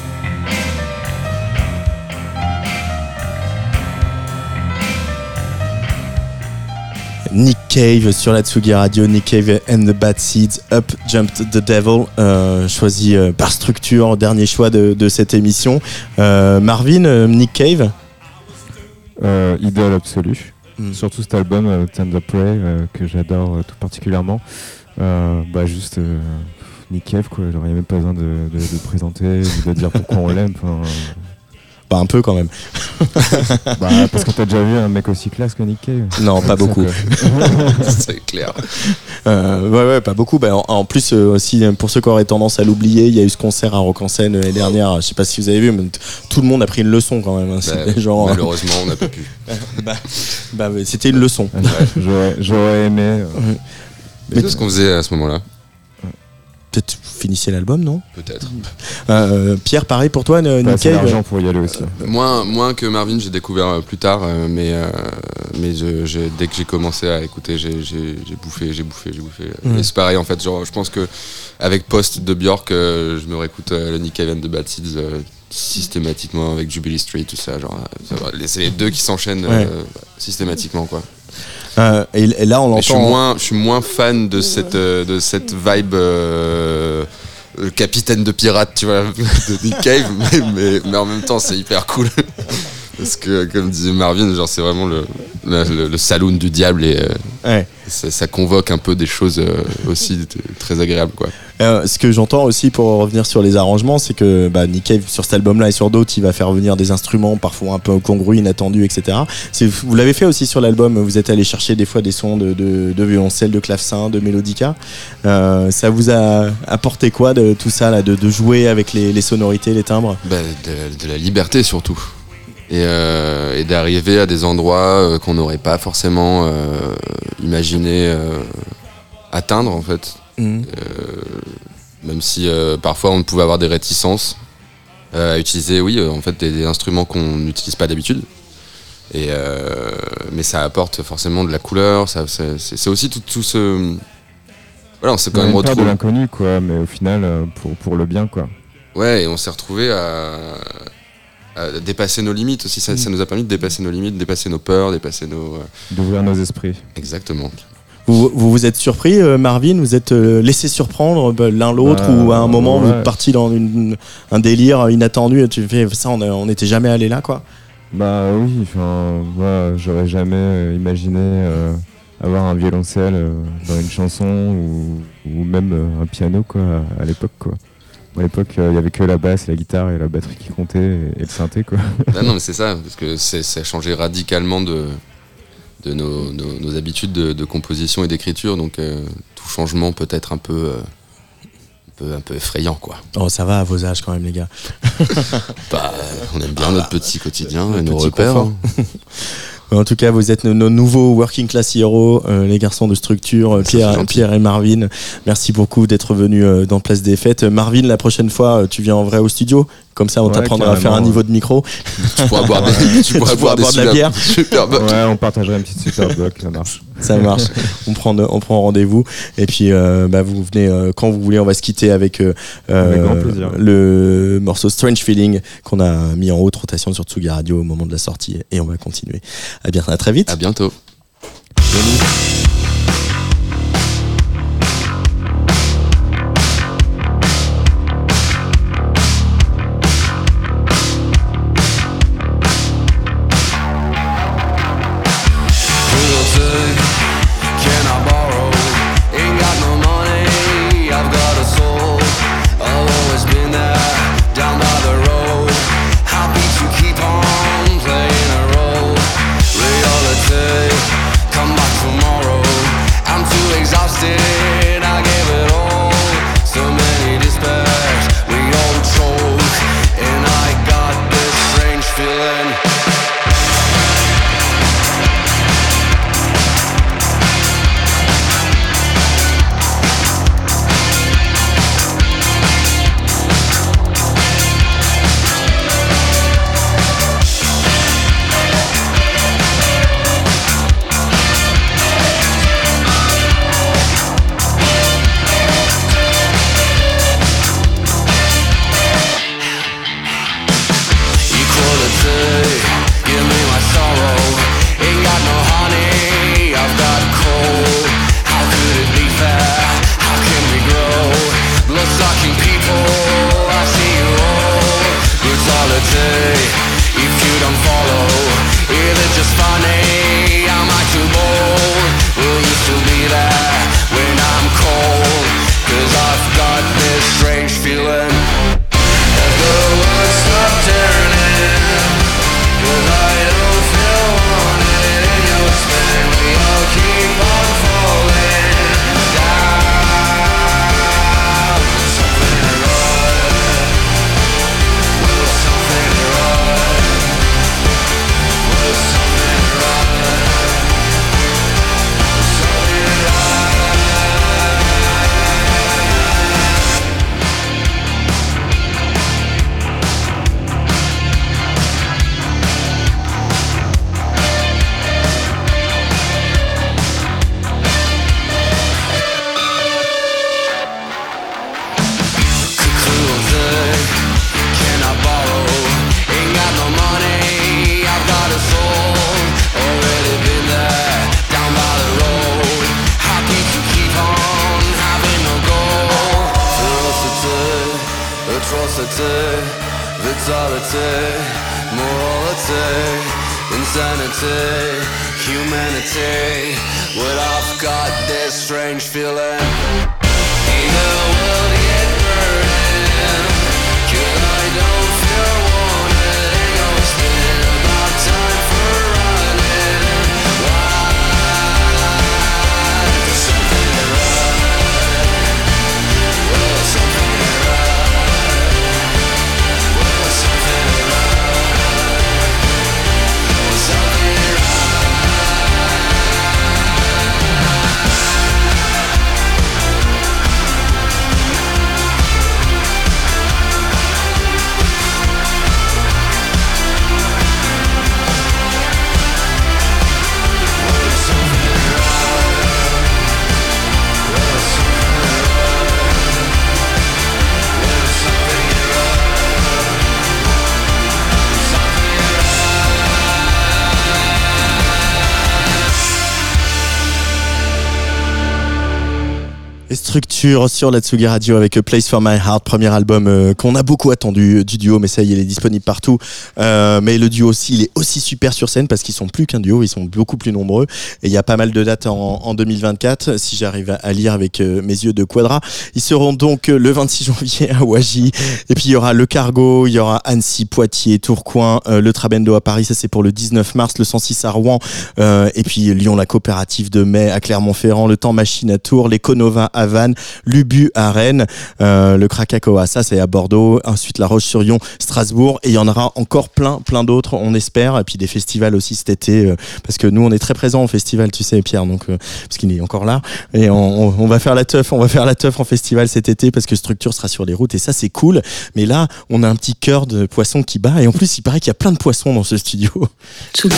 Nick Cave sur la Tsugi Radio, Nick Cave and the Bad Seeds, Up Jumped the Devil, euh, choisi euh, par structure, dernier choix de, de cette émission. Euh, Marvin, euh, Nick Cave euh, idole absolue, mm. surtout cet album euh, Tender Prey euh, que j'adore euh, tout particulièrement. Euh, bah juste euh, Nick Cave, quoi, j'aurais même pas besoin de, de, de présenter, de dire pourquoi on l'aime. Enfin, Bah un peu quand même. Bah parce que t'as déjà vu un mec aussi classe que Nick Cave. Non, pas beaucoup. C'est clair. Euh, ouais, ouais, pas beaucoup. Bah, en, en plus, euh, aussi, pour ceux qui auraient tendance à l'oublier, il y a eu ce concert à Rock en Scène l'année dernière. Je sais pas si vous avez vu, mais t- tout le monde a pris une leçon quand même. Hein. Bah, genre, malheureusement, on n'a pas pu. bah, bah, c'était une leçon. Ouais, j'aurais, j'aurais aimé. Euh... Mais c'est ce qu'on faisait à ce moment-là. Peut-être vous finissez l'album, non ? Peut-être. Euh, Pierre, pareil pour toi, Nick Pas assez Cave. d'argent pour y aller aussi. Euh, moins, moins que Marvin, j'ai découvert euh, plus tard, euh, mais, euh, mais je, je, dès que j'ai commencé à écouter, j'ai, j'ai, j'ai bouffé, j'ai bouffé, j'ai bouffé. Mmh. Et c'est pareil en fait, genre, je pense que avec Post de Björk, euh, je me réécoute euh, le Nick Cave and the Bad Seeds euh, systématiquement avec Jubilee Street, tout ça. Genre, ça va, c'est les deux qui s'enchaînent euh, ouais. systématiquement, quoi. Euh, et, et là, on l'entend. Mais je suis moins, je suis moins fan de cette, euh, de cette vibe. Euh, le capitaine de pirates, tu vois, de Nick Cave, mais, mais, mais en même temps, c'est hyper cool. Parce que, comme disait Marvin, genre, c'est vraiment le, le, le saloon du diable et euh, Ouais. ça, ça convoque un peu des choses euh, aussi t- très agréables, quoi. Euh, ce que j'entends aussi pour revenir sur les arrangements, c'est que bah, Nick Cave sur cet album-là et sur d'autres, il va faire venir des instruments parfois un peu incongrus, inattendus, et cetera. C'est, vous l'avez fait aussi sur l'album, vous êtes allé chercher des fois des sons de, de, de violoncelle, de clavecin, de mélodica. Euh, ça vous a apporté quoi de tout ça, là, de, de jouer avec les, les sonorités, les timbres? Bah, de, de la liberté surtout. Et, euh, et d'arriver à des endroits euh, qu'on n'aurait pas forcément euh, imaginé euh, atteindre, en fait. Mmh. Euh, même si euh, parfois on pouvait avoir des réticences euh, à utiliser, oui, euh, en fait, des, des instruments qu'on n'utilise pas d'habitude. Et euh, mais ça apporte forcément de la couleur. Ça, c'est, c'est aussi tout, tout ce. Voilà, on s'est quand On a même une peur de retrouvé. l'inconnu, quoi, mais au final, euh, pour, pour le bien, quoi. Ouais, et on s'est retrouvé à, à dépasser nos limites aussi. Ça, Mm. ça nous a permis de dépasser nos limites, dépasser nos peurs, dépasser nos. euh, D'ouvrir nos esprits. Exactement. Vous, vous vous êtes surpris, euh, Marvin? Vous êtes euh, laissé surprendre bah, l'un l'autre, Bah, ou à un moment vous ouais. êtes parti dans une, un délire inattendu et tu fais ça, on a- on n'était jamais allé là, quoi. Bah oui, enfin, moi, j'aurais jamais euh, imaginé euh, avoir un violoncelle euh, dans une chanson ou, ou même euh, un piano, quoi, à, à l'époque, quoi. À l'époque, il y avait que la basse, la guitare et la batterie qui comptaient et, et le synthé, quoi. Ah non, mais c'est ça, parce que c'est, ça a changé radicalement de, de nos, nos, nos habitudes de, de composition et d'écriture, donc euh, tout changement peut être un peu, euh, un peu, un peu effrayant, quoi. Oh, ça va à vos âges quand même, les gars. Bah, on aime bien notre petit quotidien et nos petit repères. confort. En tout cas, vous êtes nos, nos nouveaux working class heroes, euh, les garçons de structure, euh, Ça, c'est Pierre, gentil. Pierre et Marvin. Merci beaucoup d'être venus euh, dans Place des Fêtes. Euh, Marvin, la prochaine fois, euh, tu viens en vrai au studio. Comme ça, on Ouais, t'apprendra à faire un carrément, niveau ouais. de micro. Tu pourras boire, des, tu pourras Tu pourras boire, des boire de la super- bière. super bocs. Ouais, on partagerait une petite super bloc, ça marche. Ça marche. On prend, on prend rendez-vous. Et puis, euh, bah, vous venez euh, quand vous voulez. On va se quitter avec, euh, Avec grand plaisir. le morceau Strange Feeling qu'on a mis en haute rotation sur Tsugi Radio au moment de la sortie. Et on va continuer. À bien, à très vite. À bientôt. Can I borrow? Ain't got no money, I've got a soul. I've always been there, down by the road. Happy to keep on playing a role. Reality, come back tomorrow. I'm too exhausted, I gave it all. So many despairs, we all choke. And I got this strange feeling. Equality, give me my sorrow. Ain't got no honey, I've got cold. How could it be fair? How can we grow? Blood-sucking people, I see you all. Brutality, if you don't follow, is it just funny? Am I too bold? Will you still be there when I'm cold? Cause I've got this strange feeling. As the world stop turning, cause I don't feel wanted in your spin. We all keep on falling down. Will something right? Will something right? Will something right? Velocity, vitality, morality, insanity, humanity. Well, I've got this strange feeling. Ain't the world yet burning? Can I don't feel wanted? Ain't no spin about time for running. Why? There's something right. Well, something right. Well, something right. Well, something right. Et Structure sur la Tsugi Radio avec A Place for My Heart, premier album euh, qu'on a beaucoup attendu du duo, mais ça y est, il est disponible partout. Euh, mais le duo aussi, il est aussi super sur scène parce qu'ils sont plus qu'un duo, ils sont beaucoup plus nombreux. Et il y a pas mal de dates en, en deux mille vingt-quatre, si j'arrive à, à lire avec euh, mes yeux de Quadra. Ils seront donc euh, le vingt-six janvier à Ouagy. Et puis il y aura le Cargo, il y aura Annecy, Poitiers, Tourcoing, euh, le Trabendo à Paris, ça c'est pour le dix-neuf mars, le cent six à Rouen, euh, et puis Lyon, la Coopérative de Mai à Clermont-Ferrand, le Temps Machine à Tours, les Conova à Vannes, l'Ubu à Rennes, euh, le Krakatoa, ça c'est à Bordeaux, ensuite la Roche-sur-Yon, Strasbourg, et il y en aura encore plein, plein d'autres, on espère, et puis des festivals aussi cet été, euh, parce que nous on est très présents au festival, tu sais Pierre, donc euh, parce qu'il est encore là, et on, on, on va faire la teuf, on va faire la teuf en festival cet été, parce que Structure sera sur les routes, et ça c'est cool, mais là on a un petit cœur de poisson qui bat, et en plus il paraît qu'il y a plein de poissons dans ce studio. Tsugi.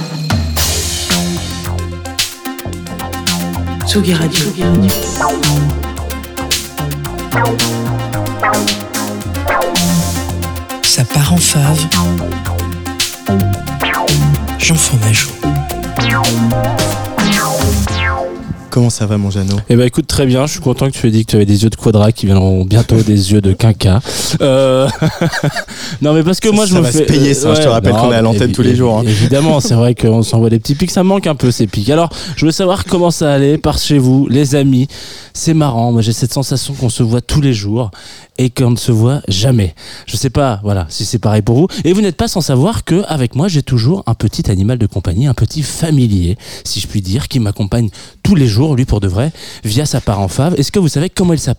Tsugi Radio. Ça part en fave. Jean Fromageau. Comment ça va mon Jeannot ? Eh ben écoute, très bien, je suis content que tu aies dit que tu avais des yeux de Quadra qui viendront bientôt des yeux de Quinca. Euh... non mais parce que ça, moi je ça me va fais... se payer ça, euh, ouais, je te rappelle non, qu'on est à l'antenne évi- tous les jours. Hein. Évidemment, c'est vrai qu'on s'envoie des petits pics, ça manque un peu ces pics. Alors, je veux savoir comment ça allait par chez vous, les amis. C'est marrant, moi j'ai cette sensation qu'on se voit tous les jours et qu'on ne se voit jamais. Je sais pas, voilà, si c'est pareil pour vous. Et vous n'êtes pas sans savoir que avec moi j'ai toujours un petit animal de compagnie, un petit familier, si je puis dire, qui m'accompagne tous les jours, lui pour de vrai, via sa part en fave. Est-ce que vous savez comment il s'appelle ?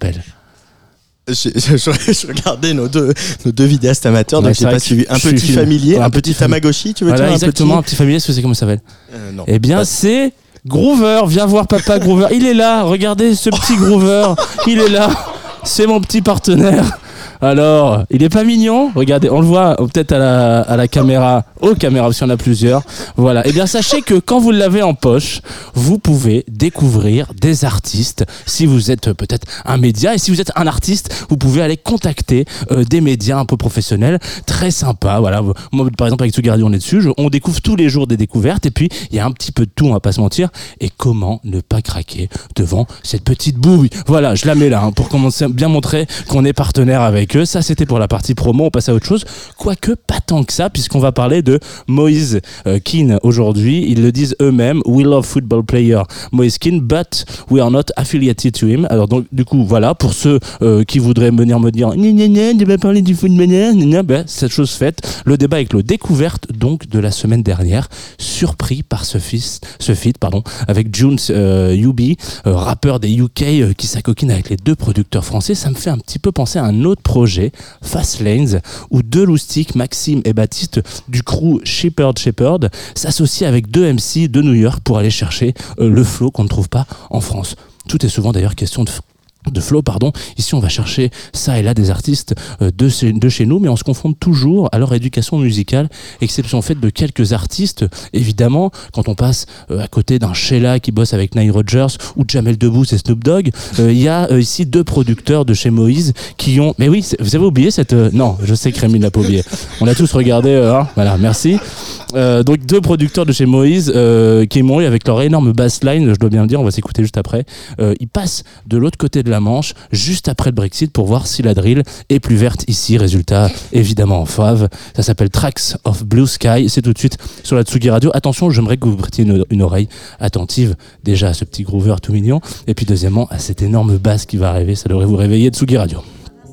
Je, je, je, je regardais nos deux, nos deux vidéastes amateurs, ouais, donc j'ai pas suivi. Un petit familier, un, un petit Tamagotchi, tu veux voilà, dire exactement, un petit... un petit familier, est-ce que c'est comment ça s'appelle ? euh, Non. Eh bien, pas... c'est Groover. Viens voir papa Groover. Il est là, regardez ce petit Groover. Il est là, c'est mon petit partenaire. Alors, il est pas mignon ? Regardez, on le voit peut-être à la, à la caméra, aux caméras, si on a plusieurs. Voilà. Eh bien, sachez que quand vous l'avez en poche, vous pouvez découvrir des artistes. Si vous êtes peut-être un média, et si vous êtes un artiste, vous pouvez aller contacter euh, des médias un peu professionnels, très sympas. Voilà. Moi, par exemple, avec Tsugi Radio, on est dessus. Je, on découvre tous les jours des découvertes, et puis il y a un petit peu de tout, on va pas se mentir. Et comment ne pas craquer devant cette petite bouille ? Voilà, je la mets là hein, pour commencer à bien montrer qu'on est partenaire avec eux. Ça, c'était pour la partie promo. On passe à autre chose. Quoique, pas tant que ça, puisqu'on va parler de Moïse euh, Keane aujourd'hui. Ils le disent eux-mêmes. We love football player Moïse Keane, but we are not affiliated to him. Alors, donc, du coup, voilà. Pour ceux euh, qui voudraient venir me dire, gna gna gna, tu vas parler du football, gna gna, ben, cette chose faite. Le débat avec le découverte, donc, de la semaine dernière. Surpris par ce feat, ce feat, pardon, avec Junes euh, Yubi, euh, rappeur des U K, euh, qui s'acoquine avec les deux producteurs français. Ça me fait un petit peu penser à un autre projet, Fast Lanes, où deux loustiques, Maxime et Baptiste, du crew Shepherd Shepherd, s'associent avec deux M C de New York pour aller chercher euh, le flow qu'on ne trouve pas en France. Tout est souvent d'ailleurs question de de flow, pardon. Ici, on va chercher ça et là des artistes euh, de, chez, de chez nous, mais on se confronte toujours à leur éducation musicale, exception faite de quelques artistes. Évidemment, quand on passe euh, à côté d'un Sheila qui bosse avec Nile Rodgers ou Jamel Debbouze et Snoop Dogg, il euh, y a euh, ici deux producteurs de chez Moïse qui ont... Mais oui, vous avez oublié cette... Euh... Non, je sais que Rémi l'a pas oublié. On a tous regardé... Euh, hein voilà, merci. Euh, donc deux producteurs de chez Moïse euh, qui m'ont eu avec leur énorme bassline, je dois bien le dire, on va s'écouter juste après. Euh, ils passent de l'autre côté de la la Manche, juste après le Brexit, pour voir si la drill est plus verte ici. Résultat, évidemment en fave. Ça s'appelle Tracks of Blue Sky. C'est tout de suite sur la Tsugi Radio. Attention, j'aimerais que vous prêtiez une, une oreille attentive, déjà à ce petit groover tout mignon, et puis deuxièmement à cette énorme basse qui va arriver. Ça devrait vous réveiller de Tsugi Radio.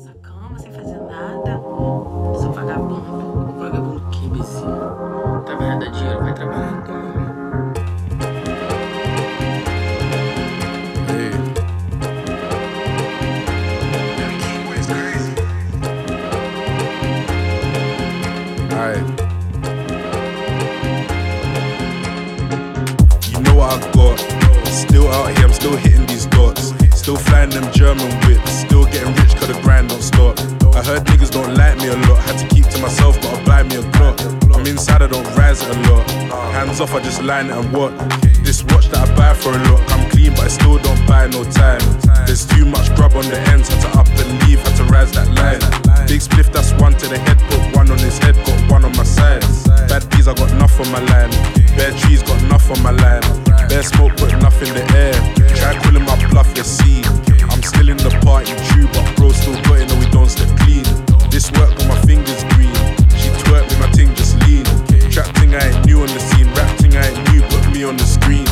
Still out here, I'm still hitting these dots. Still flying them German whips. Still getting rich cause the grind don't stop. I heard niggas don't like me a lot. Had to keep to myself, gotta buy me a clock. I'm inside, I don't rise it a lot. Hands off, I just line it and what? This watch that I buy for a lot. I'm clean but I still don't buy no time. There's too much grub on the ends. Had to up and leave, had to rise that line. Big spliff, that's one to the head. Put one on his head, got one on my side. Bad bees, I got enough on my line. Bare trees, got enough on my line. Bare smoke, put enough in the air. Try calling my bluff, let's see. I'm still in the party too, but bro still got it, no we don't step clean. This work got my fingers green. She twerk with my ting just lean. Trap thing I ain't new on the scene. Rap thing I ain't new, put me on the screen.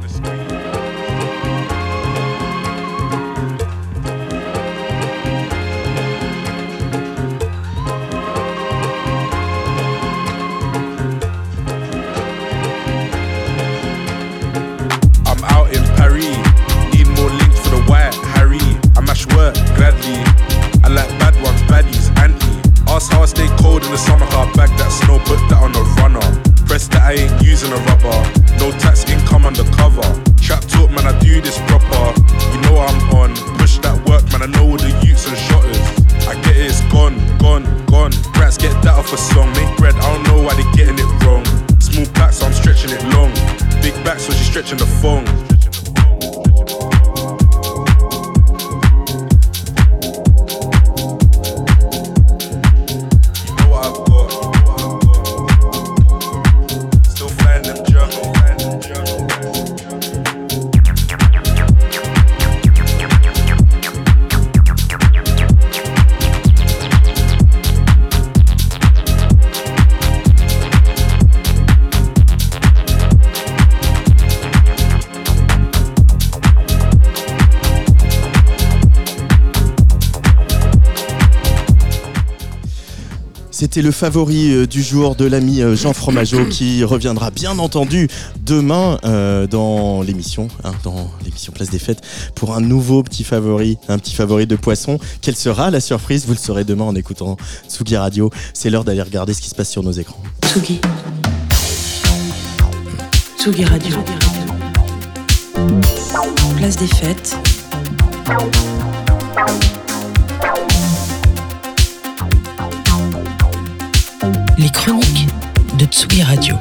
Gladly, I like bad ones, baddies, anti. Ask how I stay cold in the summer, car bag that snow, put that on a runner. Press that I ain't using a rubber. No tax income undercover. Trap talk, man, I do this proper. You know I'm on. Push that work, man, I know all the youths and shotters. I get it, it's gone, gone, gone. Rats get that off a song. Make bread, I don't know why they getting it wrong. Small back, so I'm stretching it long. Big back, so she's stretching the phone. C'était le favori euh, du jour de l'ami euh, Jean Fromageau qui reviendra bien entendu demain euh, dans l'émission, hein, dans l'émission Place des Fêtes pour un nouveau petit favori, un petit favori de poisson. Quelle sera la surprise? Vous le saurez demain en écoutant Tsugi Radio. C'est l'heure d'aller regarder ce qui se passe sur nos écrans. Tsugi. Tsugi Radio. Place des Fêtes. Les chroniques de Tsugi Radio.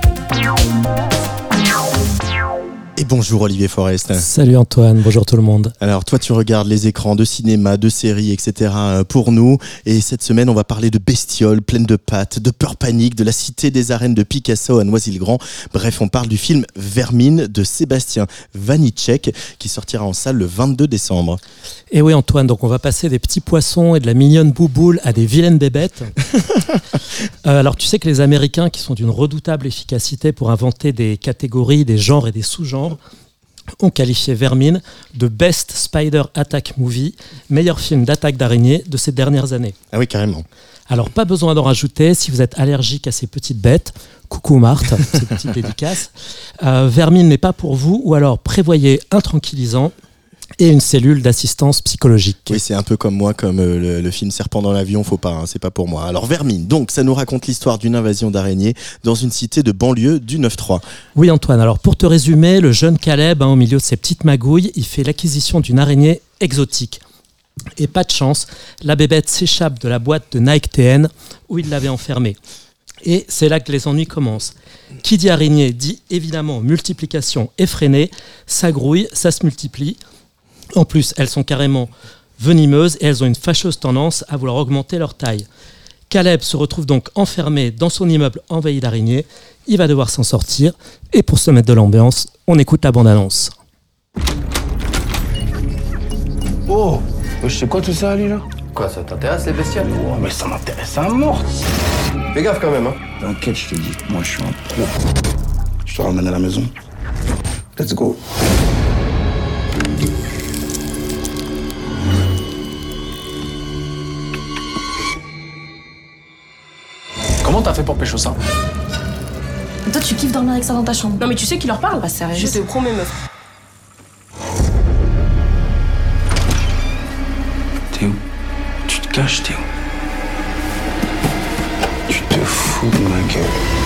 Et bonjour Olivier Forest. Salut Antoine, bonjour tout le monde. Alors toi tu regardes les écrans de cinéma, de séries, et cetera pour nous. Et cette semaine on va parler de bestioles pleines de pattes, de peur panique, de la cité des arènes de Picasso à Noisy-le-Grand. Bref, on parle du film Vermine de Sébastien Vanitschek qui sortira en salle le vingt-deux décembre. Et oui Antoine, donc on va passer des petits poissons et de la mignonne bouboule à des vilaines bébêtes. euh, alors tu sais que les Américains qui sont d'une redoutable efficacité pour inventer des catégories, des genres et des sous-genres ont qualifié Vermine de Best Spider Attack Movie, meilleur film d'attaque d'araignée de ces dernières années. Ah oui, carrément. Alors, pas besoin d'en rajouter, si vous êtes allergique à ces petites bêtes, coucou Marthe, ces petites dédicaces, euh, Vermine n'est pas pour vous, ou alors prévoyez un tranquillisant et une cellule d'assistance psychologique. Oui, c'est un peu comme moi, comme euh, le, le film Serpent dans l'avion, faut pas, hein, c'est pas pour moi. Alors Vermine, donc ça nous raconte l'histoire d'une invasion d'araignées dans une cité de banlieue du neuf trois. Oui Antoine, alors pour te résumer, le jeune Caleb, hein, au milieu de ses petites magouilles, il fait l'acquisition d'une araignée exotique. Et pas de chance, la bébête s'échappe de la boîte de Nike T N où il l'avait enfermée. Et c'est là que les ennuis commencent. Qui dit araignée dit évidemment multiplication effrénée, ça grouille, ça se multiplie. En plus, elles sont carrément venimeuses et elles ont une fâcheuse tendance à vouloir augmenter leur taille. Caleb se retrouve donc enfermé dans son immeuble envahi d'araignées. Il va devoir s'en sortir. Et pour se mettre de l'ambiance, on écoute la bande-annonce. Oh, Wesh, c'est quoi tout ça, Ali, là? Quoi, ça t'intéresse les bestioles? Oh, mais ça m'intéresse à mort. Fais gaffe quand même, hein. T'inquiète, je te dis, moi je suis un pro. Je te ramène à la maison. Let's go. Comment t'as fait pour pécho ça? Toi, tu kiffes dormir avec ça dans ta chambre. Non mais tu sais qui leur parle? Bah sérieux. Je te promets, meuf. Théo, tu te caches, Théo. Tu te fous de ma gueule.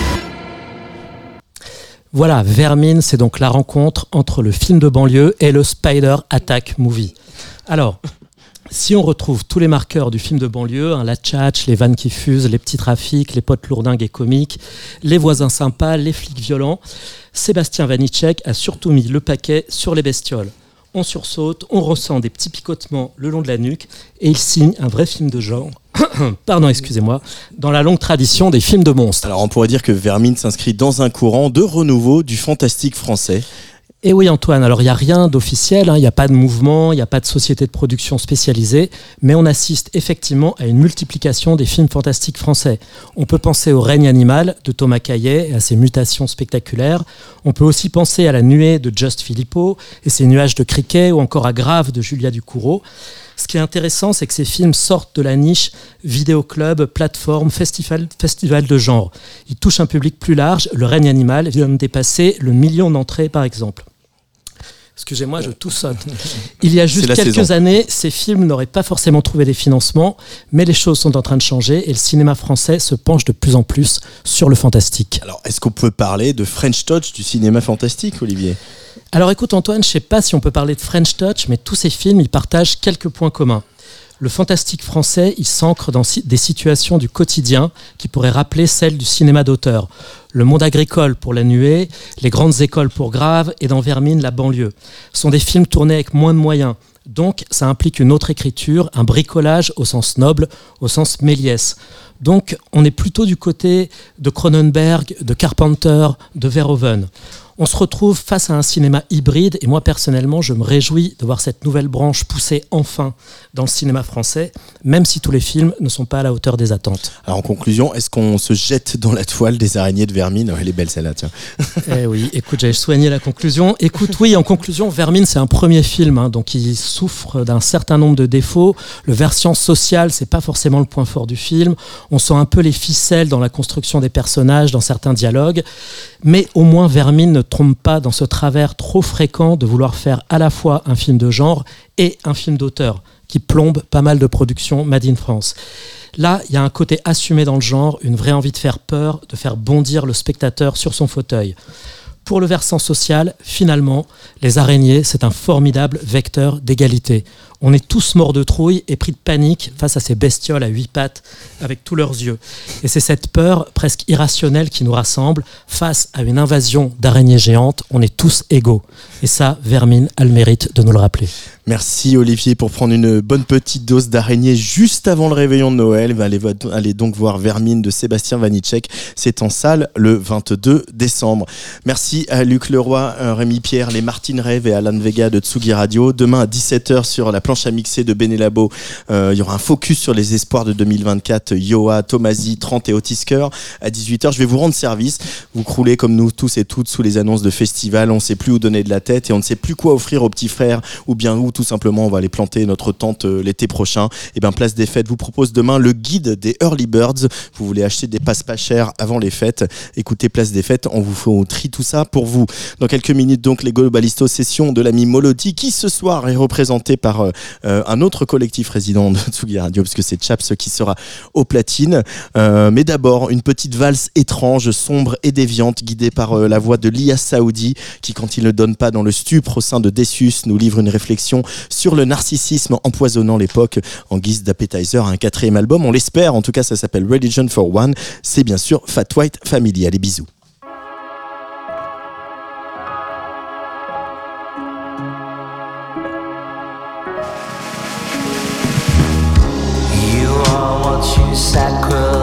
Voilà, Vermine, c'est donc la rencontre entre le film de banlieue et le Spider Attack Movie. Alors, si on retrouve tous les marqueurs du film de banlieue, hein, la tchatch, les vannes qui fusent, les petits trafics, les potes lourdingues et comiques, les voisins sympas, les flics violents, Sébastien Vanitschek a surtout mis le paquet sur les bestioles. On sursaute, on ressent des petits picotements le long de la nuque et il signe un vrai film de genre, pardon, excusez-moi, dans la longue tradition des films de monstres. Alors on pourrait dire que Vermine s'inscrit dans un courant de renouveau du fantastique français. Et oui Antoine, alors il n'y a rien d'officiel, hein, il n'y a pas de mouvement, il n'y a pas de société de production spécialisée, mais on assiste effectivement à une multiplication des films fantastiques français. On peut penser au Règne animal de Thomas Caillet et à ses mutations spectaculaires. On peut aussi penser à La Nuée de Just Philippot et ses nuages de criquet, ou encore à Grave de Julia Ducourau. Ce qui est intéressant, c'est que ces films sortent de la niche vidéoclub, plateforme, festival, festival de genre. Ils touchent un public plus large. Le Règne animal vient de dépasser le million d'entrées, par exemple. Excusez-moi, je toussonne. Il y a juste quelques saison. années, ces films n'auraient pas forcément trouvé des financements, mais les choses sont en train de changer et le cinéma français se penche de plus en plus sur le fantastique. Alors, est-ce qu'on peut parler de French Touch du cinéma fantastique, Olivier ? Alors écoute Antoine, je ne sais pas si on peut parler de French Touch, mais tous ces films, ils partagent quelques points communs. Le fantastique français, il s'ancre dans des situations du quotidien qui pourraient rappeler celles du cinéma d'auteur. Le monde agricole pour La Nuée, les grandes écoles pour Grave et dans Vermine, la banlieue. Ce sont des films tournés avec moins de moyens. Donc ça implique une autre écriture, un bricolage au sens noble, au sens Méliès. Donc on est plutôt du côté de Cronenberg, de Carpenter, de Verhoeven. On se retrouve face à un cinéma hybride et moi personnellement je me réjouis de voir cette nouvelle branche pousser enfin dans le cinéma français, même si tous les films ne sont pas à la hauteur des attentes. Alors en conclusion, est-ce qu'on se jette dans la toile des araignées de Vermine ? Elle est belle celle-là, tiens. Eh oui, écoute, j'avais soigné la conclusion. Écoute, oui, en conclusion, Vermine c'est un premier film, hein, donc il souffre d'un certain nombre de défauts. Le versant social, c'est pas forcément le point fort du film. On sent un peu les ficelles dans la construction des personnages, dans certains dialogues, mais au moins Vermine ne trompe pas dans ce travers trop fréquent de vouloir faire à la fois un film de genre et un film d'auteur qui plombe pas mal de productions made in France. Là, il y a un côté assumé dans le genre, une vraie envie de faire peur, de faire bondir le spectateur sur son fauteuil. Pour le versant social, finalement, les araignées, c'est un formidable vecteur d'égalité. On est tous morts de trouille et pris de panique face à ces bestioles à huit pattes avec tous leurs yeux. Et c'est cette peur presque irrationnelle qui nous rassemble. Face à une invasion d'araignées géantes, on est tous égaux. Et ça, Vermine a le mérite de nous le rappeler. Merci Olivier pour prendre une bonne petite dose d'araignée juste avant le réveillon de Noël. Allez, allez donc voir Vermine de Sébastien Vanitschek. C'est en salle le vingt-deux décembre. Merci à Luc Leroy, Rémi Pierre, les Martine Rêve et Alan Vega de Tsugi Radio. Demain à dix-sept heures sur la planche à mixer de Benelabo, euh, il y aura un focus sur les espoirs de deux mille vingt-quatre. Yoa, Tomasi, trente et Otisker. À dix-huit heures, je vais vous rendre service. Vous croulez comme nous tous et toutes sous les annonces de festivals. On ne sait plus où donner de la tête et on ne sait plus quoi offrir aux petits frères ou bien où tout simplement on va aller planter notre tente euh, l'été prochain. Et bien Place des Fêtes vous propose demain le guide des Early Birds. Vous voulez acheter des passes pas chères avant les fêtes, écoutez Place des Fêtes, on vous fait on trie tout ça pour vous. Dans quelques minutes donc les Globalistos session de l'ami Molody qui ce soir est représenté par euh, un autre collectif résident de Tsugi Radio parce que c'est Chaps qui sera aux platines. Euh, mais d'abord une petite valse étrange, sombre et déviante guidée par euh, la voix de Lia Saoudi qui quand il ne donne pas dans le stupre au sein de Decius nous livre une réflexion sur le narcissisme empoisonnant l'époque en guise d'appetizer à un quatrième album, on l'espère, en tout cas ça s'appelle Religion for One, c'est bien sûr Fat White Family. Allez, bisous. You are what you sacrifice.